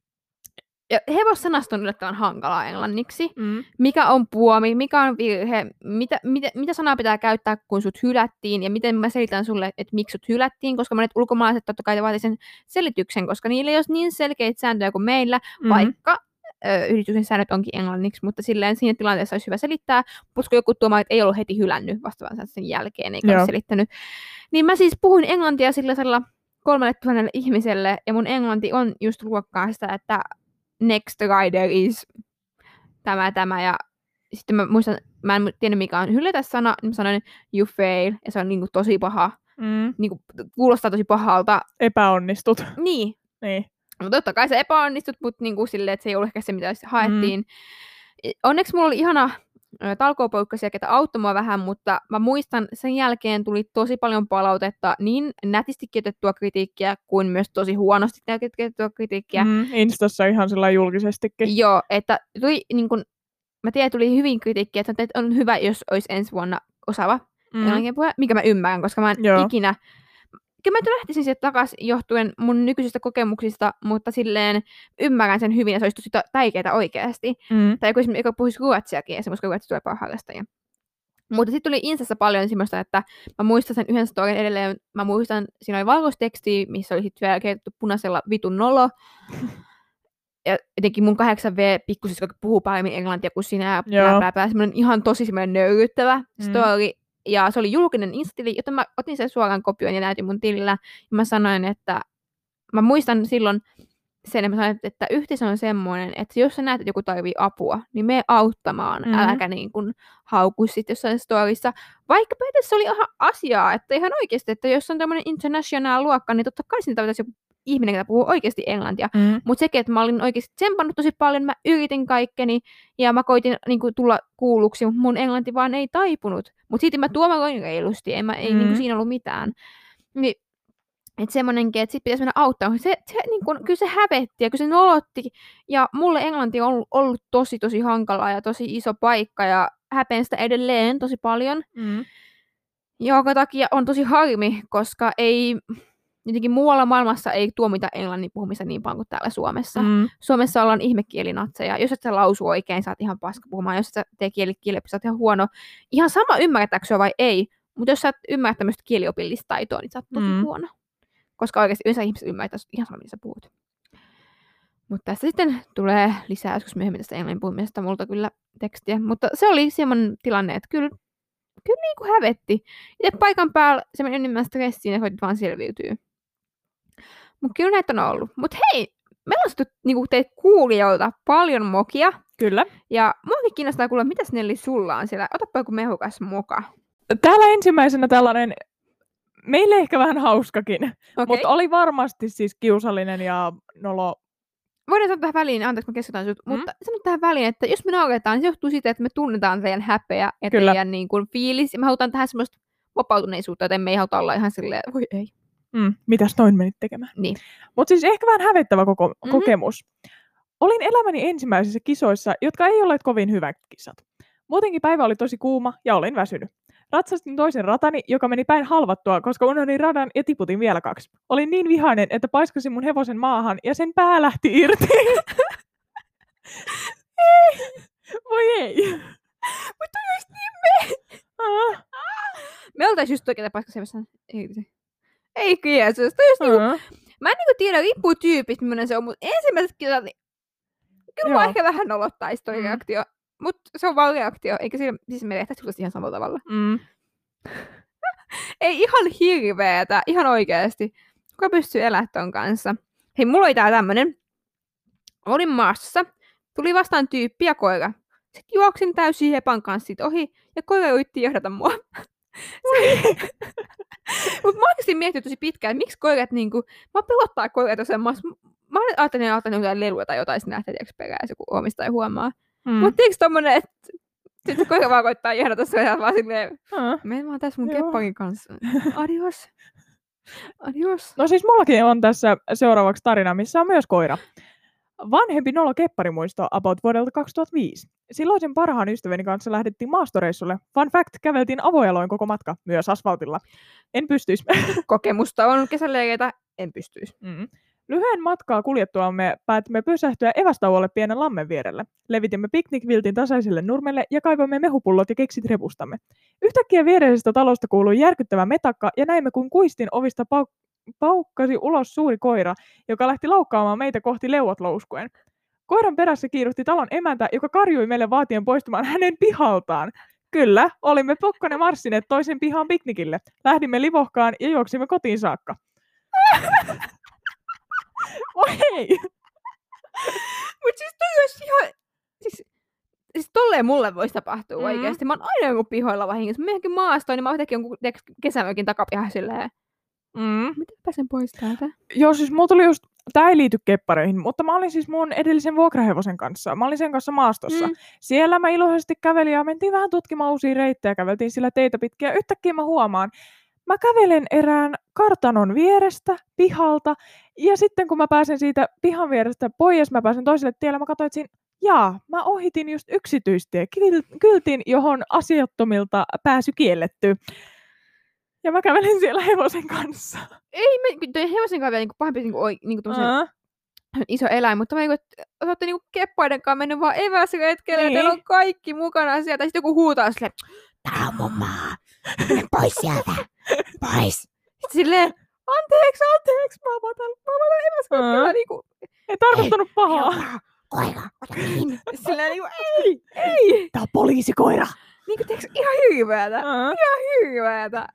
ja hevossanasto on yllättävän hankalaa englanniksi. Mm. Mikä on puomi, mikä on virhe, mitä, mitä, mitä sanaa pitää käyttää, kun sut hylättiin, ja miten mä selitän sulle, että miksi sut hylättiin, koska monet ulkomaalaiset totta kai vaatii sen selityksen, koska niillä ei ole niin selkeitä sääntöjä kuin meillä, mm. vaikka ö, yrityksen säännöt onkin englanniksi, mutta silleen siinä tilanteessa olisi hyvä selittää, koska joku tuomarit ei ollut heti hylännyt vastaavan sen jälkeen, eikä ole selittänyt. Niin mä siis puhuin englantia sillä kolmelle tuhannelle ihmiselle, ja mun englanti on just luokkaa sitä, että next rider is tämä, tämä, ja sitten mä muistan, mä en tiennyt mikä on hylätä sana, niin mä sanoin you fail, ja se on niinku tosi paha, mm. niinku, kuulostaa tosi pahalta. Epäonnistut. Niin. Niin. No totta kai se epäonnistut, mutta niinku silleen, että se ei ollut ehkä se, mitä haettiin. Mm. Onneksi mulla oli ihana talkoopoukkaisia, ketä auttoi mua vähän, mutta mä muistan, sen jälkeen tuli tosi paljon palautetta, niin nätisti kirjoitettua kritiikkiä, kuin myös tosi huonosti kirjoitettua kritiikkiä. Mm, Instassa ihan sellainen julkisestikin. Joo, että tuli, niin kun, mä tiedän, tuli hyvin kritiikkiä, että on hyvä, jos olisi ensi vuonna osaava mm. englannin puhe, mikä mä ymmärrän, koska mä en Joo. ikinä... Kyllä mä lähtisin sieltä takaisin johtuen mun nykyisistä kokemuksista, mutta silleen ymmärrän sen hyvin, ja se olisi tosi tärkeää oikeasti. Mm. Tai joku esimerkiksi puhuisi ruotsiakin, ja semmoista ruotsi tulee parhaasta. Mutta sitten tuli Instassa paljon semmoista, että mä muistan sen yhden storyn edelleen. Mä muistan, siinä oli valkoisteksti, missä oli sitten vielä kirjoitettu punaisella vitun nolo. Ja jotenkin mun kahdeksan vuotias pikkusisko puhuu paremmin englantia kuin sinä. Semmoinen ihan tosi semmoinen nöyryttävä story. Mm. Ja se oli julkinen Insta-tili, joten mä otin sen suoraan kopioon ja näytin mun tilillä. Ja mä sanoin, että mä muistan silloin, sen, että mä sanoin, että yhteisö on semmoinen, että jos sä näet, että joku tarvii apua, niin mene auttamaan, mm-hmm. äläkä niin kuin hauku sit jossain storissa. Vaikka periaatteessa oli ihan asiaa, että ihan oikeasti, että jos on tämmöinen international luokka, niin totta kai siinä tarvitaan joku ihminen, joka puhuu oikeasti englantia. Mm-hmm. Mutta sekin, että mä olin oikeasti tsempannut tosi paljon, mä yritin kaikkeni ja mä koitin niin kuin, tulla kuulluksi, mutta mun englanti vaan ei taipunut. Mutta siitä mä tuomaroin reilusti, ei, mä, ei mm-hmm. niin kuin, siinä ollut mitään. Niin, että semmoinenkin, että sit pitäisi mennä auttamaan. Se, se, niin kun, kyllä se hävetti ja kyllä se nolotti. Ja mulle englanti on ollut, ollut tosi, tosi hankalaa ja tosi iso paikka. Ja häpeän sitä edelleen tosi paljon. Mm. Joka takia on tosi harmi, koska ei, jotenkin muualla maailmassa ei tuomita englannin puhumista niin paljon kuin täällä Suomessa. Mm. Suomessa ollaan ihmekielinatseja. Jos et sä lausu oikein, sä oot ihan paska puhumaan. Jos et sä tee kielikilpi, sä oot ihan huono. Ihan sama ymmärrätkö vai ei. Mutta jos sä et ymmärrä tämmöistä kieliopillista taitoa, niin sä oot tosi mm. huono. Koska oikeasti yleensä ihmiset ymmärtää ihan sama, mitä sä puhut. Mutta tässä sitten tulee lisää joskus myöhemmin tästä englannin puhumisesta multa kyllä tekstiä. Mutta se oli semmoinen tilanne, että kyllä, kyllä niin kuin hävetti. Itse paikan päällä se meni enemmän stressiin ja hoitit vaan selviytyy. Mutta kyllä näitä on ollut. Mutta hei, meillä on sitten niinku teitä kuulijoilta paljon mokia. Kyllä. Ja muakin kiinnostaa kuulla, mitäs Nelli sulla on siellä. Otapa joku mehukas moka. Täällä ensimmäisenä tällainen, meille ehkä vähän hauskakin, okay. Mutta oli varmasti siis kiusallinen ja nolo. Voidaan sanoa tähän väliin, anteeksi mä keskitytään sut, mm. mutta sanon tähän väliin, että jos me nauretaan, niin se johtuu siitä, että me tunnetaan teidän häpeä ja Kyllä. teidän niin kuin, fiilis. Ja me halutaan tähän semmoista vapautuneisuutta, joten me ei haluta olla ihan silleen, voi ei. Mm, mitäs noin menit tekemään? Niin. Mutta siis ehkä vähän hävettävä koko, mm-hmm. kokemus. Olin elämäni ensimmäisissä kisoissa, jotka ei olleet kovin hyvät kisat. Muutenkin päivä oli tosi kuuma ja olin väsynyt. Ratsastin toisen ratani, joka meni päin halvattua, koska unohdin radan ja tiputin vielä kaksi. Olin niin vihainen, että paiskasin mun hevosen maahan ja sen pää lähti irti. Ei! Voi ei! Mutta just niin me! Ah. Me oltais just oikein paiskasin hevosen irti. Ei Jeesus, toi just niinku... Mä en niinku tiedä, riippuu tyypistä, millainen se on, mutta ensimmäiset kisat, niin kyllä mua ehkä vähän nolottaisi toi mm. reaktio. Mutta se on vaan reaktio, eikä siinä, siis me tehtäisiin ihan samalla tavalla. Mm. Ei ihan hirveetä, ihan oikeesti. Kuka pystyy elämään ton kanssa? Hei, mulla oli tää tämmönen. Olin maassa, tuli vastaan tyyppi ja koira. Sitten juoksin täysin hepan kanssa siitä ohi, ja koira yritti johdata mua. Mutta mä oikeasti miettinyt tosi pitkään, että miksi koirat niinku... Mä pelottaa koirat jossain maassa. Mä ajattelin, että ajattelin jotain leluja tai jotain, sitten nähtää perään, jos joku omistaja huomaa. Mm. Mutta tiedätkö tommonen, että sitten koira vaan koittaa johdata sua ja vaan silleen, uh. menen vaan tässä mun keppakin kanssa. Adios. Adios. No siis mullakin on tässä seuraavaksi tarina, missä on myös koira. Vanhempi nolo kepparimuisto about vuodelta kaksituhattaviisi. Silloisen parhaan ystäväni kanssa lähdettiin maastoreissulle. Fun fact, käveltiin avojaloin koko matka, myös asfaltilla. En pystyisi. Kokemusta on kesäleireitä, en pystyisi. Mm. Lyhyen matkaa kuljettuamme päätimme pysähtyä evästauolle pienen lammen vierelle. Levitimme piknikviltin tasaiselle nurmelle ja kaivoimme mehupullot ja keksit repustamme. Yhtäkkiä viereisestä talosta kuului järkyttävä metakka ja näimme kuin kuistin ovista pauk- paukkasi ulos suuri koira, joka lähti laukkaamaan meitä kohti leuat louskuen. Koiran perässä kiiruhti talon emäntä, joka karjui meille vaatien poistumaan hänen pihaltaan. Kyllä, olimme Pokkonen marssineet toisen pihaan piknikille. Lähdimme livohkaan ja juoksimme kotiin saakka. Voi ei! Mut siis toi olisi ihan... Siis, siis tolleen mulle voisi tapahtua mm. oikeesti. Mä oon aina jonkun pihoilla vahingossa. Mä menenkin maastoon, niin mä oon jonkun kesämökin takapihan silleen. Mm. Miten pääsen pois täältä? Joo, siis mulla tuli just... Tää ei liity keppareihin, mutta mä olin siis mun edellisen vuokrahevosen kanssa. Mä olin sen kanssa maastossa. Mm. Siellä mä iloisesti kävelin ja mentiin vähän tutkimaan uusia reittejä. Käveltiin sillä teitä pitkin ja yhtäkkiä mä huomaan, mä kävelen erään kartanon vierestä, pihalta, ja sitten kun mä pääsen siitä pihan vierestä pois, mä pääsen toiselle tielle, mä katsoin, että siinä, jaa, mä ohitin just yksityistie, kyltin, johon asiattomilta pääsy kielletty. Ja mä kävelin siellä hevosen kanssa. Ei, me, toi hevosen kanssa vielä niin pahempi niin kuin, niin kuin uh-huh. iso eläin, mutta mä niin kuin, olette niin keppaiden kanssa mennyt vaan eväsretkelle, niin. Ja teillä on kaikki mukana sieltä, ja sitten joku huutaa silleen, tää on mun maa, mene pois sieltä, pois. Sitten silleen, anteeksi, anteeksi, mä oon täällä, mä oon täällä eväsretkellä. Niin kuin, ei tarkoittanut pahaa. Koira, ota kiinni. Silleen niin kuin, ei, ei. Tää on poliisikoira. Niin kuin, teetkö, ihan hirveätä, uh-huh. ihan hirveätä.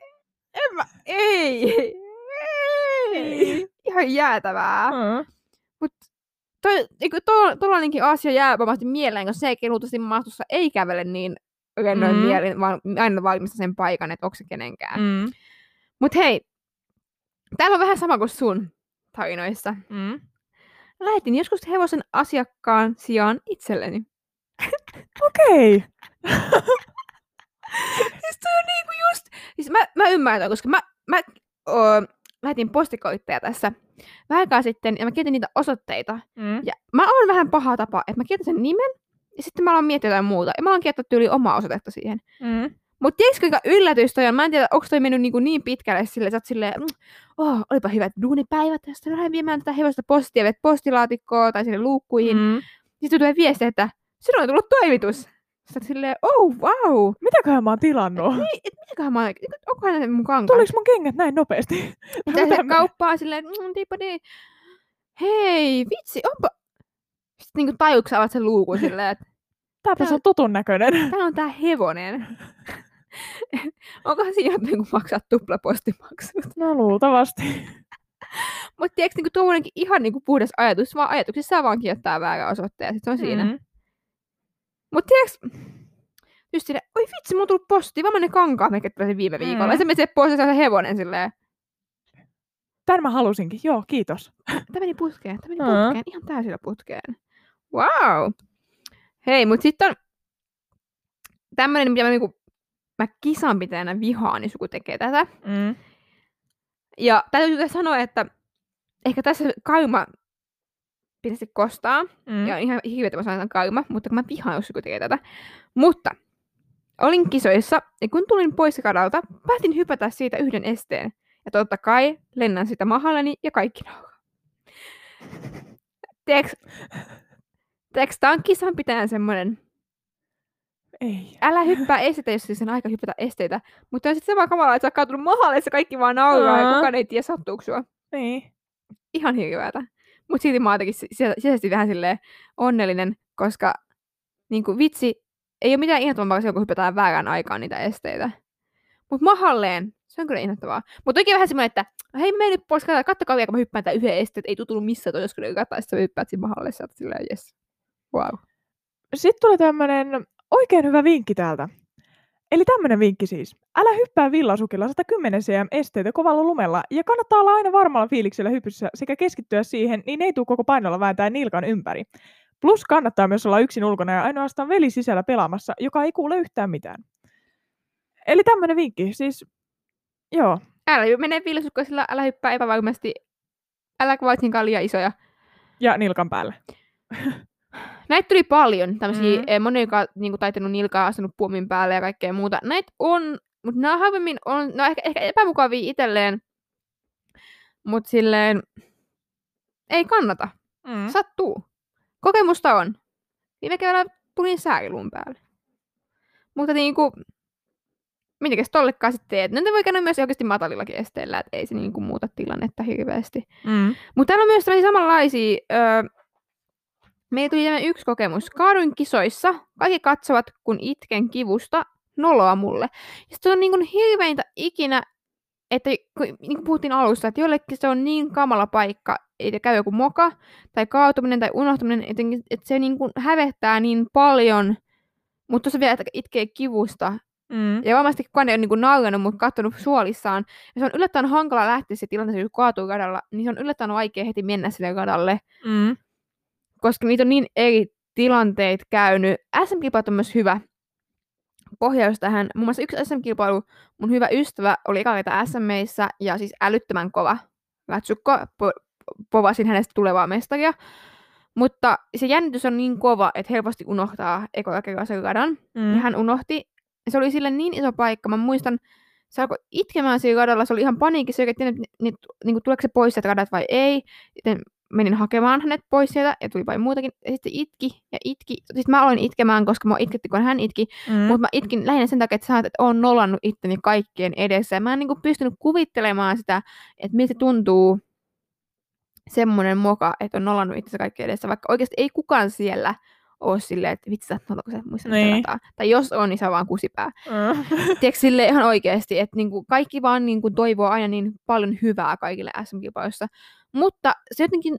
En mä, ei, ei, ihan jäätävää. Uh-huh. Mut toi, to, tollainenkin asia jää varmasti mieleen, koska se ei luultavasti maastossa ei kävele niin rennoin mm. mielin, vaan aina valmista sen paikan, että onko se kenenkään. Mm. Mut hei, täällä on vähän sama kuin sun tarinoissa. Mm. Lähetin joskus hevosen asiakkaan sijaan itselleni. Okei. Okay. Siis toi on niinku just... Siis mä, mä ymmärrän, koska mä, mä o, lähetin postikoitteja tässä vähän aikaa sitten, ja mä kirjoitin niitä osoitteita. Mm. Ja mä oon vähän paha tapa, että mä kirjoitan sen nimen, ja sitten mä alan miettiä jotain muuta. Ja mä alan kirjoittaa tyyliin omaa osoitetta siihen. Mm. Mut tiedätkö kuinka yllätys toi on? Mä en tiedä, onko toi mennyt niin, niin pitkälle silleen, että sä oot silleen, oh, olipa hyvät duunipäivät, ja sitten lähden viemään tätä hevosta postia, vet postilaatikkoa tai sinne luukkuihin. Mm. Sitten tulee viesti, että sinulle on tullut toimitus. Sitten silleen, oh wow. Mitäköhän mä oon tilannut? Et, niin, et mitäköhän mä oon, onkohan ne mun kankaat? Tuliko mun kengät näin nopeasti? Mitä kauppaa silleen, mm, tiipadi. Hei, vitsi, onpa... Sitten niinku tajuuks avaat sen luukun silleen, että... Tääpäs on tutun näköinen. Tää on tää hevonen. Onkohan siinä jotain, kun maksaa tuplapostimaksut? No luultavasti. Mutta tiedätkö, niinku tuommoinenkin ihan niinku puhdas ajatus, vaan ajatuksissa vaan kirjoittaa väärä osoitteen, ja sit se on siinä. Mm-hmm. Mutta tiedätkö, just silleen, oi vitsi, mulla on tullut posti, vaan mä ne kankaat, mikä tuli viime viikolla. Mm-hmm. Ja se meni se pois, ja se on se hevonen silleen. Tän mä halusinkin, joo, kiitos. Tämä meni putkeen, tämä meni mm-hmm. putkeen, ihan täysillä putkeen. Wow! Hei, mut sitten on tämmönen, mitä mä, niinku, mä kisanpitäjänä vihaan, niin suku tekee tätä. Mm. Ja täytyy sanoa, että ehkä tässä kauma pitäisi kostaa. Mm. Ja ihan hirveetä mä sanon kauma, mutta mä vihaan, jos joku tekee tätä. Mutta olin kisoissa, ja kun tulin pois radalta, päätin hypätä siitä yhden esteen. Ja totta kai lennän sitä mahalleni ja kaikki nauraa. Tiedätkö, tiedätkö, tää on kisanpitäjän semmonen... Ei. Älä hyppää esteitä, jos siis on aika hypätä esteitä. Mutta on sitten se vaan kamalaa, että sä oot kaatunut mahalle, ja kaikki vaan nauraa, ja kukaan ei tiedä sattuuko sua. Niin. Ihan hirveätä. Mutta silti mä oon sisäisesti vähän silleen onnellinen, koska niinku vitsi, ei ole mitään inhottavampaa, kun hypätään väärään aikaan niitä esteitä. Mutta mahalleen, se on kyllä inhottavaa. Mutta oikein vähän semmoinen, että hei, mene nyt pois, kattokaa vielä, kun mä hyppään tää yhden esteen, että ei tuu tullut missään toi, jos kyllä katsoa, että sä hyppäät siinä mahalle, sä oot silleen, jes. Wow. Sitten tuli tämmönen oikein hyvä vinkki täältä. Eli tämmönen vinkki siis. Älä hyppää villasukilla sata kymmenen senttimetriä esteitä kovalla lumella, ja kannattaa olla aina varmalla fiiliksellä hypyssä sekä keskittyä siihen, niin ei tule koko painolla vääntää nilkan ympäri. Plus kannattaa myös olla yksin ulkona ja ainoastaan veli sisällä pelaamassa, joka ei kuule yhtään mitään. Eli tämmönen vinkki, siis joo. Älä mene villasukilla, älä hyppää epävarmasti, älä varsinkaan liian isoja. Ja nilkan päälle. Näitä tuli paljon, tämmöisiä, mm. moni, joka on niin taitanut nilkaa, astunut puomin päälle ja kaikkea muuta. Näitä on, mutta nämä harvemmin on, ne on ehkä, ehkä epämukavia itselleen, mutta silleen ei kannata. Mm. Sattuu. Kokemusta on. Viime keväänä tulin säärilun päälle. Mutta niinku, mitenkäs tollekaan sitten teet? No ne voi käydä myös oikeasti matalillakin esteellä, että ei se niinku muuta tilannetta hirveästi. Mm. Mutta täällä on myös tämmöisiä samanlaisia... Öö, Meillä tuli tämä yksi kokemus. Kaaduin kisoissa. Kaikki katsovat, kun itken kivusta, noloa mulle. Ja se on niin kuin hirveintä ikinä, että kun, niin kuin puhuttiin alussa, että jollekin se on niin kamala paikka, että käy joku moka, tai kaatuminen, tai unohtuminen, että, että se niin kuin hävettää niin paljon. Mutta tuossa vielä, että itkee kivusta. Mm. Ja varmasti kukaan ei ole niin kuin naurannut, mutta katsonut suolissaan. Ja se on yllättävän hankala lähteä se tilanteeseen, jos kaatuu radalla, niin se on yllättävän vaikea heti mennä sille radalle. Mm. Koska niitä on niin eri tilanteita käynyt. S M-kilpailut on myös hyvä pohjaus tähän. Muun muassa yksi S M-kilpailu, mun hyvä ystävä, oli eka kertaa S M:issä ja siis älyttömän kova Ratsukko. Po- povasin hänestä tulevaa mestaria. Mutta se jännitys on niin kova, että helposti unohtaa ekoa kerran sen radan. Mm. Ja hän unohti. Se oli sille niin iso paikka. Mä muistan, se alkoi itkemään siinä radalla. Se oli ihan paniikissa, että niin, niin, niin, tuleeko se pois sieltä radat vai ei. Sitten menin hakemaan hänet pois sieltä, ja tuli vain muutakin. Ja sitten itki, ja itki. Sitten mä aloin itkemään, koska mä itketti, kun hän itki. Mm. Mutta mä itkin lähinnä sen takia, että sä että oon nollannut itteni kaikkien edessä. Ja mä en niin kuin pystynyt kuvittelemaan sitä, että miltä se tuntuu semmoinen moka, että on nollannut itsensä kaikkien edessä. Vaikka oikeasti ei kukaan siellä ole silleen, että vitsi, sä oot nollako sä muista niin. Tai jos on, niin se on vaan kusipää. Mm. Tiedätkö silleen ihan oikeasti, että niinku kaikki vaan niinku toivoo aina niin paljon hyvää kaikille S M-kilpailuissa. Mutta se jotenkin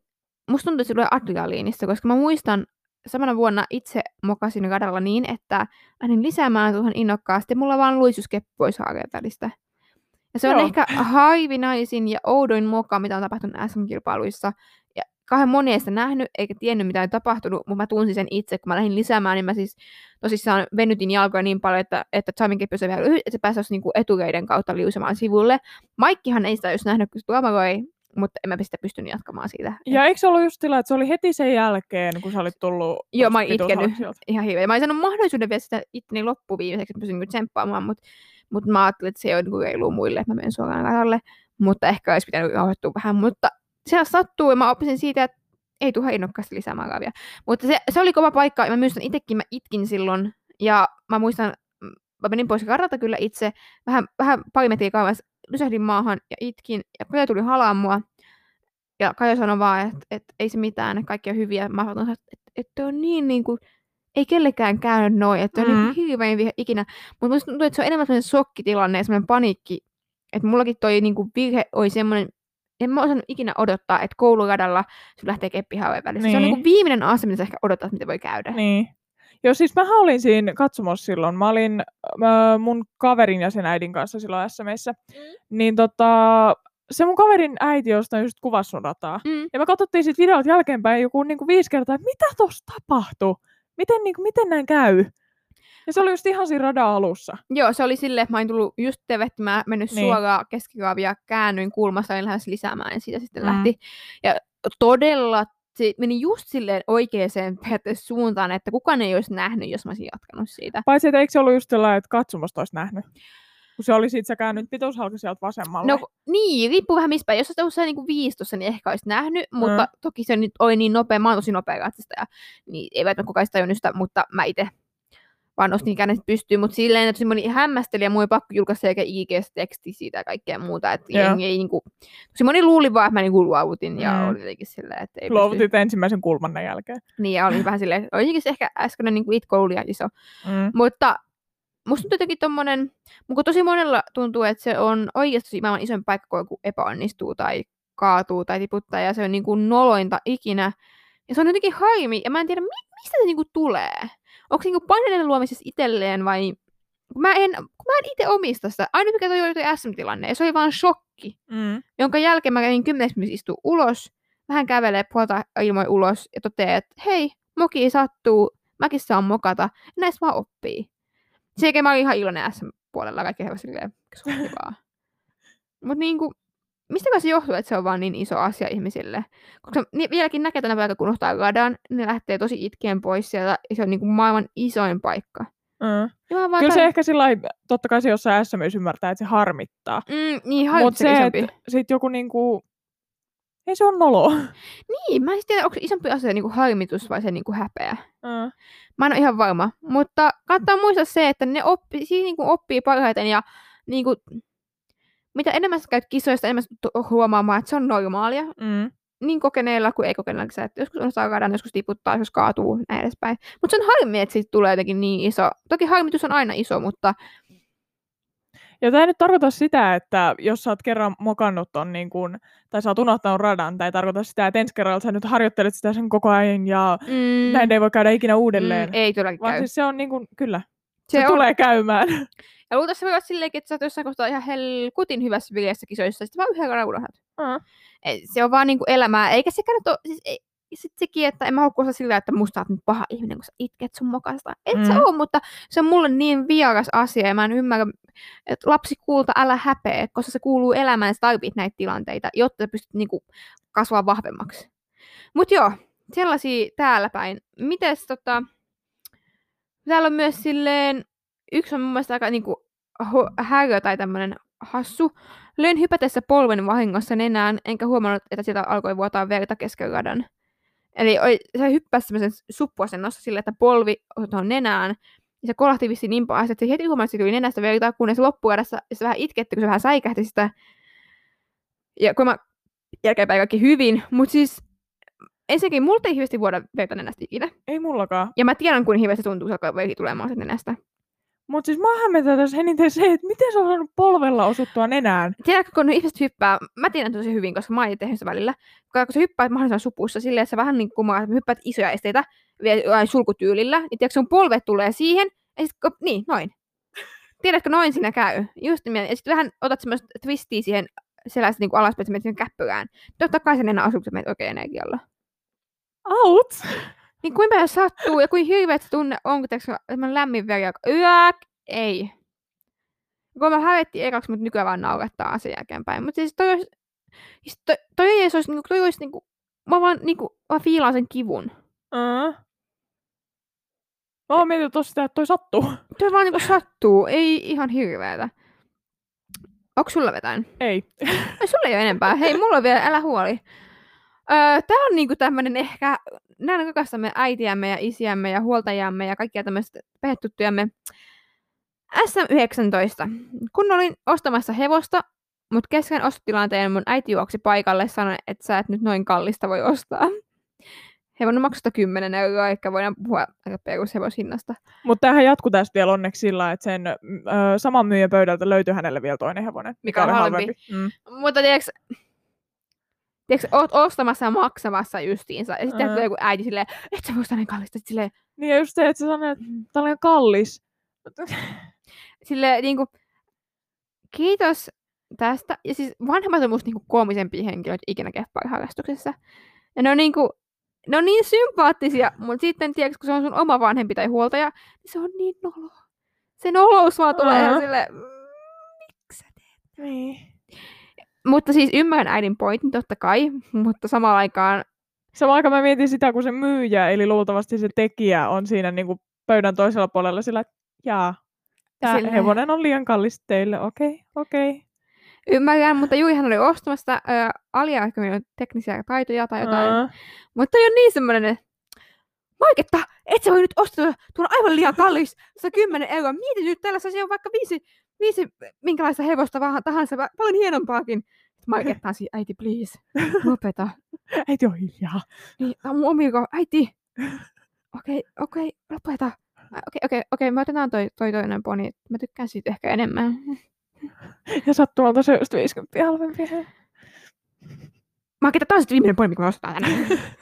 musta tuntuu, että se tulee adrenaliinista, koska mä muistan, samana vuonna itse mokasin radalla niin, että lähdin lisäämään tuohon innokkaasti, ja mulla vaan luisuskeppi pois haareen välistä. Ja se on Joo. ehkä haivinaisin ja oudoin moka, mitä on tapahtunut S M-kilpailuissa. Ja kauhean moni ei sitä nähnyt, eikä tiennyt, mitä on tapahtunut, mutta mä tunsin sen itse, kun mä lähdin lisäämään, niin mä siis tosissaan venytin jalkoja niin paljon, että, että timing keppi oli vielä lyhyt, että se pääsi niinku etureiden kautta liusemaan sivulle. Maikkihan ei sitä just nähnyt, kun se tuomaroi, mutta en mä sitä pystynyt jatkamaan siitä. Ja eikö se ollut just sillä, että se oli heti sen jälkeen, kun sä olit tullut... Joo, mä oon itkenyt ihan hirveä. Ja mä en saanut mahdollisuuden vielä sitä itteni loppuviimeiseksi, että pystyn tsemppaamaan, mutta mut mä ajattelin, että se ei ole niinku reilu muille, että mä menen suoraan radalle. Mutta ehkä olisi pitänyt rauhoittua vähän. Mutta se sattuu ja mä oppisin siitä, että ei tule innokkaasti lisää maravia. Mutta se, se oli kova paikka ja mä muistan itsekin, mä itkin silloin. Ja mä muistan, mä menin pois radalta kyllä itse, vähän, vähän pari metriä kauas, lysähdin maahan ja itkin. Ja Kaija tuli halaan mua. Ja Kaija sanoi vaan, että, että ei se mitään, että kaikki on hyviä. Mä sanoin, että, että, että on niin niin kuin, ei kellekään käynyt noin, että on mm-hmm. niin hirveän viha ikinä. Mutta musta tuntuu, että se on enemmän sellainen shokkitilanne ja sellainen paniikki. Että mullakin toi niin kuin virhe oli semmoinen, en mä osannut ikinä odottaa, että kouluradalla se lähtee keppihaaveen välissä. Niin. Se on niin kuin viimeinen asia, mitä sä ehkä odottaa, että mitä voi käydä. Niin. Joo, siis mähän olin siinä katsomossa silloin. Mä olin äh, mun kaverin ja sen äidin kanssa silloin S M:ssä. Mm. Niin tota... Se mun kaverin äiti jostain just kuvasi sun rataa. Mm. Ja me katsottiin sit videot jälkeenpäin joku niinku viisi kertaa, että mitä tossa tapahtui? Miten, niinku, miten näin käy? Ja se oli just ihan siinä radan alussa. Joo, se oli silleen, että mä olin tullut just tevettymään, mennyt niin. suoraan keskikaavia, käännyin kulmassa ja lähes lisäämään ja siitä sitten mm. lähti. Ja todella se meni just silleen oikeaan suuntaan, että kukaan ei olisi nähnyt, jos mä olisin jatkanut siitä. Paitsi, että eikö se ollut just sellainen, että katsomusta olisi nähnyt? Kun se oli siitä, sä käännyt pituushalka sieltä vasemmalle. No niin, riippuu vähän mistä päin. Jos sä olisi niinku viisitoista, niin ehkä olisi nähnyt, mm. mutta toki se nyt oli niin nopea, mä oon tosi nopea katsasta, ja niin ei välttämättä kukaan sitä tajunnut sitä, mutta mä itse vaan nostin käännet pystyyn, mutta silleen, että moni hämmästeli ja mun ei pakko julkaista eikä I G-teksti siitä ja kaikkea muuta, että ei, ei niinku, tosi moni luuli vaan, että mä niinku luovutin ja mm. oli jotenkin silleen, että ei luovutit pysty. ensimmäisen kulmannen jälkeen. Niin, ja oli vähän silleen, olikin se ehkä äskeinen niinku itko oli liian iso, mm. mutta musta tuntuu jotenkin tommonen, mutta tosi monella tuntuu, että se on oikeasti maailman isoin paikka, kun epäonnistuu tai kaatuu tai tiputtaa, ja se on niinku nolointa ikinä. Ja se on jotenkin haimi, ja mä en tiedä, mistä se niinku tulee. Onko se niinku paineiden luomisessa itselleen, vai... Kun mä en, kun mä en itse omista sitä. Ainoa mikä toi oli toi S M-tilanne, ja se oli vaan shokki. Mm. Jonka jälkeen mä kävin kymmeneksi minuutissa istua ulos, vähän kävelee, puolta ilmoin ulos, ja toteaa, että hei, moki sattuu, mäkin saan mokata, ja näistä vaan oppii. Sen jälkeen mä olin ihan iloinen S M-puolella, kaikki ihan silleen, sopivaa. Mut niinku, mistä se johtuu, että se on vaan niin iso asia ihmisille? Koska ni- vieläkin näkee tänä päivänä, kun unohtaa radan, ne lähtee tosi itkien pois sieltä, ja se on niinku maailman isoin paikka. Mm. Kyllä tai... se ehkä sillai, totta kai se jossain S M:ssä ymmärtää, että se harmittaa. Mm, niin, harmittaa. Mut se, että sit joku niinku, ei se on nolo. Niin, mä en tiedä, onko se isompi asia niinku harmitus vai se niinku häpeä. Mm. Mä en ole ihan varma, mutta kannattaa muistaa se, että ne oppi, siinä niinku oppii parhaiten ja niinku, mitä enemmän sä käyt kisoista, enemmän huomaamaan, että se on normaalia. Mm. Niin kokeneilla kuin ei kokeneilla. Että joskus on radan, joskus tiputtaa, joskus kaatuu, näin edespäin. Mutta se on harmi, että siitä tulee jotenkin niin iso. Toki harmitus on aina iso, mutta... Ja tämä ei nyt tarkoita sitä, että jos sä oot kerran mokannut ton, niin kun, tai sä oot unohtanut radan, tai ei tarkoita sitä, että ensi kerralla sä nyt harjoittelet sitä sen koko ajan, ja mm. näin ei voi käydä ikinä uudelleen. Mm, ei todellakin Vaan käy. siis se on niin kuin, kyllä, se, se tulee käymään. Ja luultavasti voi olla silleenkin, että sä oot jossain kohtaa ihan helkutin hyvässä vireessä kisoissa, ja sitten vaan yhden kerran unohdat. Mm. Se on vaan niin kuin elämää, eikä sekään nyt ole, siis ei, sit sekin, että en mä halua kuulla sillä, että musta oot nyt paha ihminen, kun sä itket sun mokasta. Et mm. sä oo, mutta se on mulle niin vieras asia, ja mä en ymmärrä, että lapsi kuulta, älä häpeä, koska se kuuluu elämään, ja sä tarvit näitä tilanteita, jotta sä pystyt niinku kasvaa vahvemmaksi. Mut joo, sellaisia täällä päin. Mites tota, täällä on myös silleen, yksi on mun mielestä aika niinku härö tai tämmönen hassu. Löin hypätessä polven vahingossa nenään, enkä huomannut, että sieltä alkoi vuotaa verta kesken radan. Eli se hyppäsi semmoisen suppuasennossa silleen, että polvi tuohon nenään. Ja se kolahti vissiin niin pahasti, että se heti huomasi, että tuli nenästä verta, kunnes loppuajassa se vähän itketti, kun se vähän säikähti sitä. Ja kun mä jälkeenpäin kaikki hyvin, mutta siis ensinnäkin multa ei hirveästi vuoda verta nenästä ikinä. Ei mullakaan. Ja mä tiedän, kun hirveästi tuntuu, että alkaa veri tulemaan sen nenästä. Mutta siis mä hämmentää tässä eniten se, että miten se on saanut polvella osuttua nenään. Tiedätkö, kun ihmiset hyppää, mä tiedän tosi hyvin, koska mä oon tehnyt sitä välillä, kun sä hyppäät mahdollisimman supussa silleen, että sä vähän niin kuin hyppäät isoja esteitä vielä sulkutyylillä, niin tiedätkö, sun polvet tulee siihen, ja sit, niin, noin. Tiedätkö, noin siinä käy. Just niin, ja sitten vähän otat semmoista twistiä siihen sellaista niin kuin alaspäin, että sä menet siihen käppyrään. Totta kai sen enää asuu, kun sä menet oikein energialla. Out! Niin kuinka paljon sattuu ja kuinka hirveät se tunne on, kun semmoinen lämmin veri, joka yäk, ei. Kun mä hävettiin ekaksi, mutta nykyään vaan naurattaa asian jälkeenpäin. Mutta siis toi olisi, siis toi, toi ei olisi, niinku, toi olisi niinku, mä vaan niinku, mä fiilaan sen kivun. Uh. Mä oon mietin tossa sitä, että toi sattuu. Toi vaan niinku sattuu, ei ihan hirveetä. Onko sulla vetain? Ei. Ei sulla ei ole enempää. Hei, mulla on vielä, älä huoli. Öö, tää on niinku tämmönen ehkä, näin rakastamme äitiämme ja isiämme ja huoltajamme ja kaikkia tämmöistä perhetuttujamme. S M yhdeksäntoista. Kun olin ostamassa hevosta, mutta kesken ostotilanteen mun äiti juoksi paikalle sanoi, että sä et nyt noin kallista voi ostaa. Hevonen maksaa kymmenen euroa, eikä voidaan puhua perushevoshinnasta. Mutta tämähän jatkuu tästä vielä onneksi sillä, että sen ö, saman myyjän pöydältä löytyi hänelle vielä toinen hevonen. Mikä on halvempi. Mm. Mutta tiedätkö, tiedätkö, oot ostamassa ja maksamassa justiinsa. Ja sitten tulee joku äiti silleen, et sä voi ostaa niin kallista. Silleen, niin ja just se, että sä sanoit, että tää on kallis. Silleen niinku, kiitos tästä. Ja siis vanhemmat on musta niinku koomisempia henkilöitä ikinä keppaariharrastuksessa. Ja ne on niinku, ne on niin sympaattisia, mutta sitten tiedätkö, kun se on sun oma vanhempi tai huoltaja, niin se on niin nolo. Se nolous vaan tulee ihan silleen, miksi sä teet? Niin. Mutta siis ymmärrän äidin pointin totta kai, mutta samaan aikaan... Samaan aikaan mä mietin sitä, kun se myyjä, eli luultavasti se tekijä on siinä niinku pöydän toisella puolella sillä, että jaa, tää Silleen. hevonen on liian kallis teille, okei, okay, okei. Okay. Ymmärrän, mutta Juihan oli ostamassa äh, aliarvioimia teknisiä taitoja tai jotain. Uh. Mutta toi on niin semmoinen, että Marketta, et sä voi nyt ostaa tuolla aivan liian kallis, sata kymmenen euroa. Mieti nyt, tällä se on vaikka viisi, viisi minkälaista hevosta vaan tahansa, paljon hienompaakin. Marketta on siis, äiti, please, lopeta. Äiti on hiljaa. Niin, tämä on mun omiko, äiti. Okei, okay, okei, okay, lopeta. Okei, okay, okei, okay, okay, me otetaan toi, toi toinen poni. Mä tykkään siitä ehkä enemmän. Ja sattumalta se just viisikymmentä halvempi. Marketta, tää on sitten viimeinen poni, mikä me ostetaan tänään.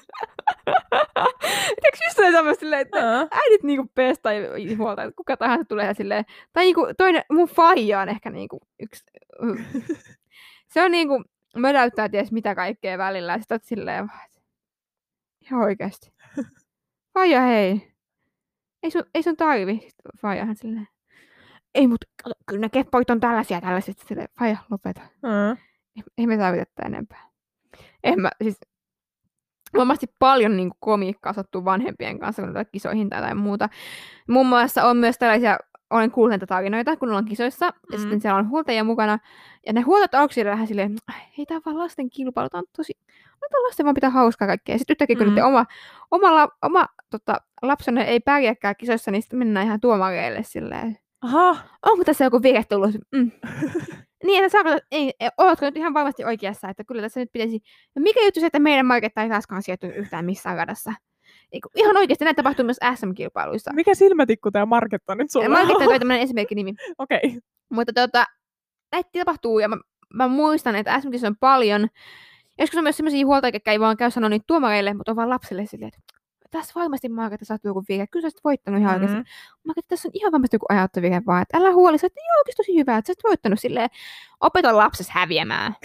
Tiedätkö just tämmöistä silleen, että uh-huh. äidit niinku pees tai huolta, että kuka tahansa tulee silleen. Tai niinku toinen, mun faija on ehkä niinku yksi. Se on niinku, möläyttää ties mitä kaikkea välillä. Ja sit oot silleen, ihan oikeesti. Faija, hei. Ei sun, ei sun tarvi. Faijahan silleen. Ei, mut kyllä ne keppoit on tällaisia tällaisia. Silleen, faija, lopeta. Uh-huh. Ei, ei me tarvita enempää. En mä, siis... Varmasti paljon niin kuin, komiikkaa sattuu vanhempien kanssa, kun otetaan kisoihin tai jotain muuta. Muun muassa on myös tällaisia, olen kuullut näitä tarinoita, kun ollaan kisoissa, mm. ja sitten siellä on huoltajia mukana. Ja ne huoltajat aluksi vähän silleen, hei, tää on vaan lasten kilpailu, tää on tosi, antaa lasten vaan pitää hauskaa kaikkea. Ja sitten yhtäkkiä, kun mm. oma, oma, la, oma tota, lapsenne ei pärjääkään kisoissa, niin sitten mennään ihan tuomareille silleen. Aha. Onko tässä joku virhe tullut? Mm. Niin, että saako, ei, oletko nyt ihan varmasti oikeassa, että kyllä tässä nyt pitäisi... Ja mikä juttu se, että meidän Marketta ei taaskaan sijoittunut yhtään missään radassa? Eiku, ihan oikeasti näitä tapahtuu myös S M-kilpailuissa. Mikä silmätikku tämä Marketta nyt sulla on? Marketta on tämmöinen esimerkkinimi. Okei. Okay. Mutta tota, näitä tapahtuu, ja mä, mä muistan, että S M-kisoissa on paljon. Joskus on myös sellaisia huoltajia, jotka ei vaan käy sanoa niitä tuomareille, mutta on vaan lapsille silleen, että tässä varmasti Marketta sattuu joku virhe. Kyllä sä oot voittanut ihan mm-hmm. oikeasti. Marketta, tässä on ihan varmasti joku ajattovirhe vaan, että älä huoli, sä oot ihan oikeasti tosi hyvä, että sä oot voittanut silleen, opeta lapsesi häviämään.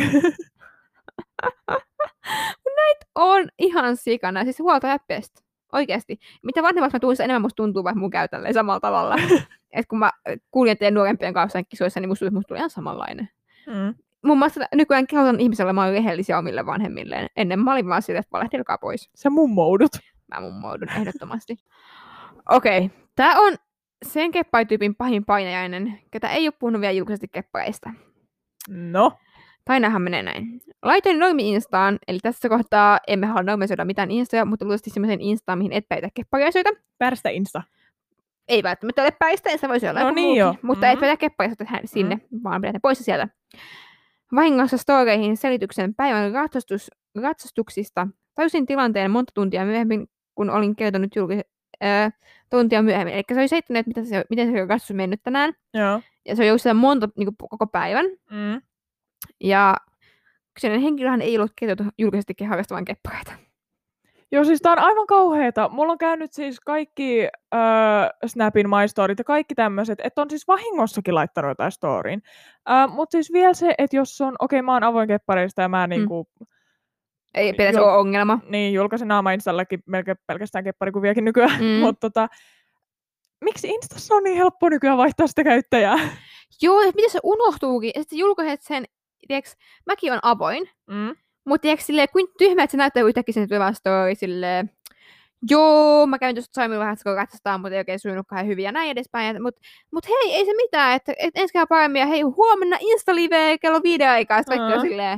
Näitä on ihan sikana, siis huoltajat best. Oikeasti. Mitä vanhemmaksi mä tuun, sitä enemmän musta tuntuu, vaikka mun käy tälleen samalla tavalla. Et kun mä kuulin teidän nuorempien kanssa kisoissa, niin musta, musta tuli ihan samanlainen. Mm. Mun mielestä nykyään kehotan ihmisellä, mä olin rehellisiä omille vanhemmilleen. Ennen mä olin vaan silleen, että valehdelkaa pois. Sä mummoudut. Mä mummoudun ehdottomasti. Okei, okay. Tää on sen keppaityypin pahin painajainen, ketä ei ole puhunut vielä julkisesti keppareista. No? Tainahan menee näin. Laitoin normi-instaan, eli tässä kohtaa emme halua normisoida mitään instaja, mutta luultavasti semmoisen instaan, mihin et päitä keppariasioita. Pärstä insta. Ei välttämättä ole päistä, se voisi olla no joku niin jo. Mutta mm-hmm. et päitä keppariasioita sinne, mm-hmm. vaan pidät ne pois sieltä. Vahingossa storeihin selityksen päivän ratsastus, ratsastuksista. Tajusin tilanteen monta tuntia myöhemmin, kun olin kertonut julkisesti öö, tuntia myöhemmin. Eli se oli seitsemän, että miten se, miten se on kasvu mennyt tänään. Joo. Ja se oli ollut siellä monta niin kuin, koko päivän. Mm. Ja kyseinen henkilöhän ei ollut ketjuttu julkisestikin harrastavan keppareita. Joo, siis tää on aivan kauheeta. Mulla on käynyt siis kaikki öö, Snapin My Storyt ja kaikki tämmöiset, että on siis vahingossakin laittanut jotain storyin. Öö, Mutta siis vielä se, että jos on, okei okay, mä oon avoin keppareista ja mä mm. niinku... Ei pitäisi jul- olla ongelma. Niin, julkaisen naama Installekin melkein pelkästään keppari-kuviakin nykyään. Mm. Mutta tota, miksi Instassa on niin helppo nykyään vaihtaa sitä käyttäjää? Joo, että miten se unohtuukin. Sitten julkaiset sen, tiiäks, mäkin on avoin. Mm. Mutta tiiäks silleen, kuin tyhmä, että se näyttää yhtäkkiä sen työvän story silleen, joo, mä kävin tuosta Saimilla vähän, että katsotaan, mutta ei oikein sujunutkaan hyvin ja näin edespäin. Mutta mut hei, ei se mitään, että et ensi kerran paremmin ja hei, huomenna Insta-live kello viiden aikaa, ja kaikki on silleen.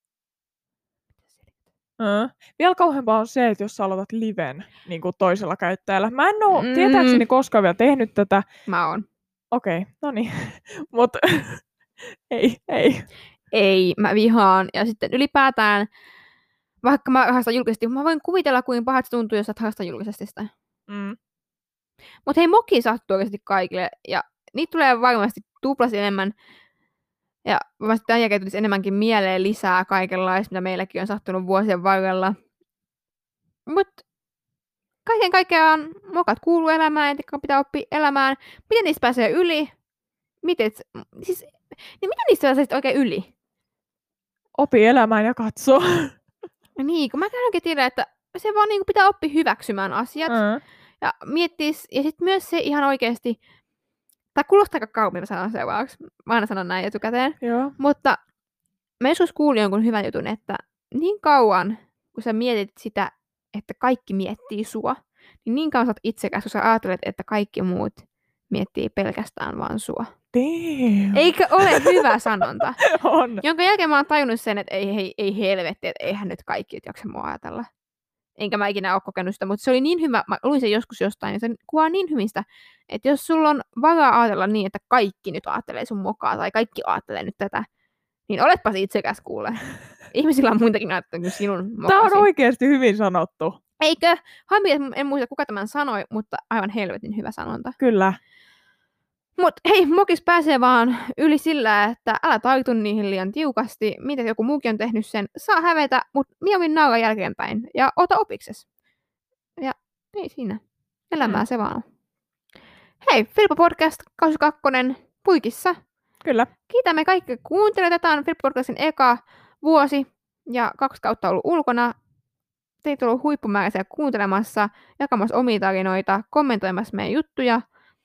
Mm. Vielä kauheampaa on se, että jos sä aloitat liven niin kuin toisella käyttäjällä. Mä en oo mm. tietääkseni koskaan vielä tehnyt tätä. Mä oon. Okei, okay, no niin. Mutta ei, ei. Ei, mä vihaan. Ja sitten ylipäätään, vaikka mä harrastan julkisesti, mä voin kuvitella, kuinka pahat se tuntuu, jos sä et harrasta julkisesti sitä. Mm. Mutta hei, moki sattuu oikeasti kaikille. Ja niitä tulee varmasti tuplasti enemmän. Ja varmasti tämän jälkeen tulisi enemmänkin mieleen lisää kaikenlaista, mitä meilläkin on sattunut vuosien varrella. Mutta kaiken kaikkiaan mokat kuuluu elämään, ja pitää oppia elämään. Miten niistä pääsee yli? Miten, siis, niin miten niistä pääsee oikein yli? Opi elämään ja katso. Niin, kun mä käynkin tiedän, että se vaan niin kuin pitää oppia hyväksymään asiat. Mm. Ja miettiä, ja sitten myös se ihan oikeasti, tai kuulostaa aika kaupin, mä sanon seuraavaksi. Mä aina sanon näin etukäteen. Joo. Mutta mä joskus kuulin jonkun hyvän jutun, että niin kauan, kun sä mietit sitä, että kaikki miettii sua, niin niin kauan sä oot itsekäs, kun sä ajattelet, että kaikki muut miettii pelkästään vaan sua. Damn. Eikö ole hyvä sanonta? On. Jonka jälkeen mä oon tajunnut sen, että ei, ei, ei helvetti, että eihän nyt kaikki jaksa mua ajatella. Enkä mä ikinä ole kokenut sitä, mutta se oli niin hyvä, mä luin sen joskus jostain, ja se kuvaa niin hyvistä, että jos sulla on varaa ajatella niin, että kaikki nyt ajattelee sun mokaa, tai kaikki ajattelee nyt tätä, niin oletpas itsekäs kuule. Ihmisillä on muitakin ajatteluja kuin sinun mokasi. Tämä on oikeasti hyvin sanottu. Eikö? Harmi, en muista kuka tämän sanoi, mutta aivan helvetin hyvä sanonta. Kyllä. Mut hei, mokis pääsee vaan yli sillä, että älä taitu niihin liian tiukasti. Mitä joku muukin on tehnyt sen, saa hävetä, mutta mieluummin naura jälkeenpäin. Ja ota opikses. Ja ei siinä. Elämää mm. se vaan on. Hei, Filppa Podcast, kausi kakkonen, puikissa. Kyllä. Kiitämme kaikki kuuntelijoita. Tämä on Filppa Podcastin eka vuosi. Ja kaksi kautta ollut ulkona. Teitä on ollut huippumääräisiä kuuntelemassa, jakamassa omia tarinoita, kommentoimassa meidän juttuja.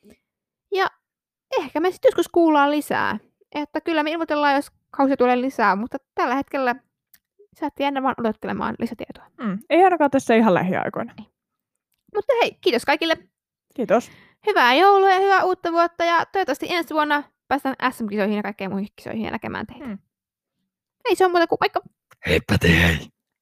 Ja ehkä me sitten joskus kuullaan lisää. Että kyllä me ilmoitellaan, jos kausi tulee lisää, mutta tällä hetkellä sä et jäädä vaan odottelemaan lisätietoa. Mm, ei ainakaan tässä ihan lähiaikoina. Ei. Mutta hei, kiitos kaikille. Kiitos. Hyvää joulua ja hyvää uutta vuotta ja toivottavasti ensi vuonna päästään S M-kisoihin ja kaikkeen muihin kisoihin ja näkemään teitä. Mm. Ei se on muuta kuin moikka! Heippa te hei!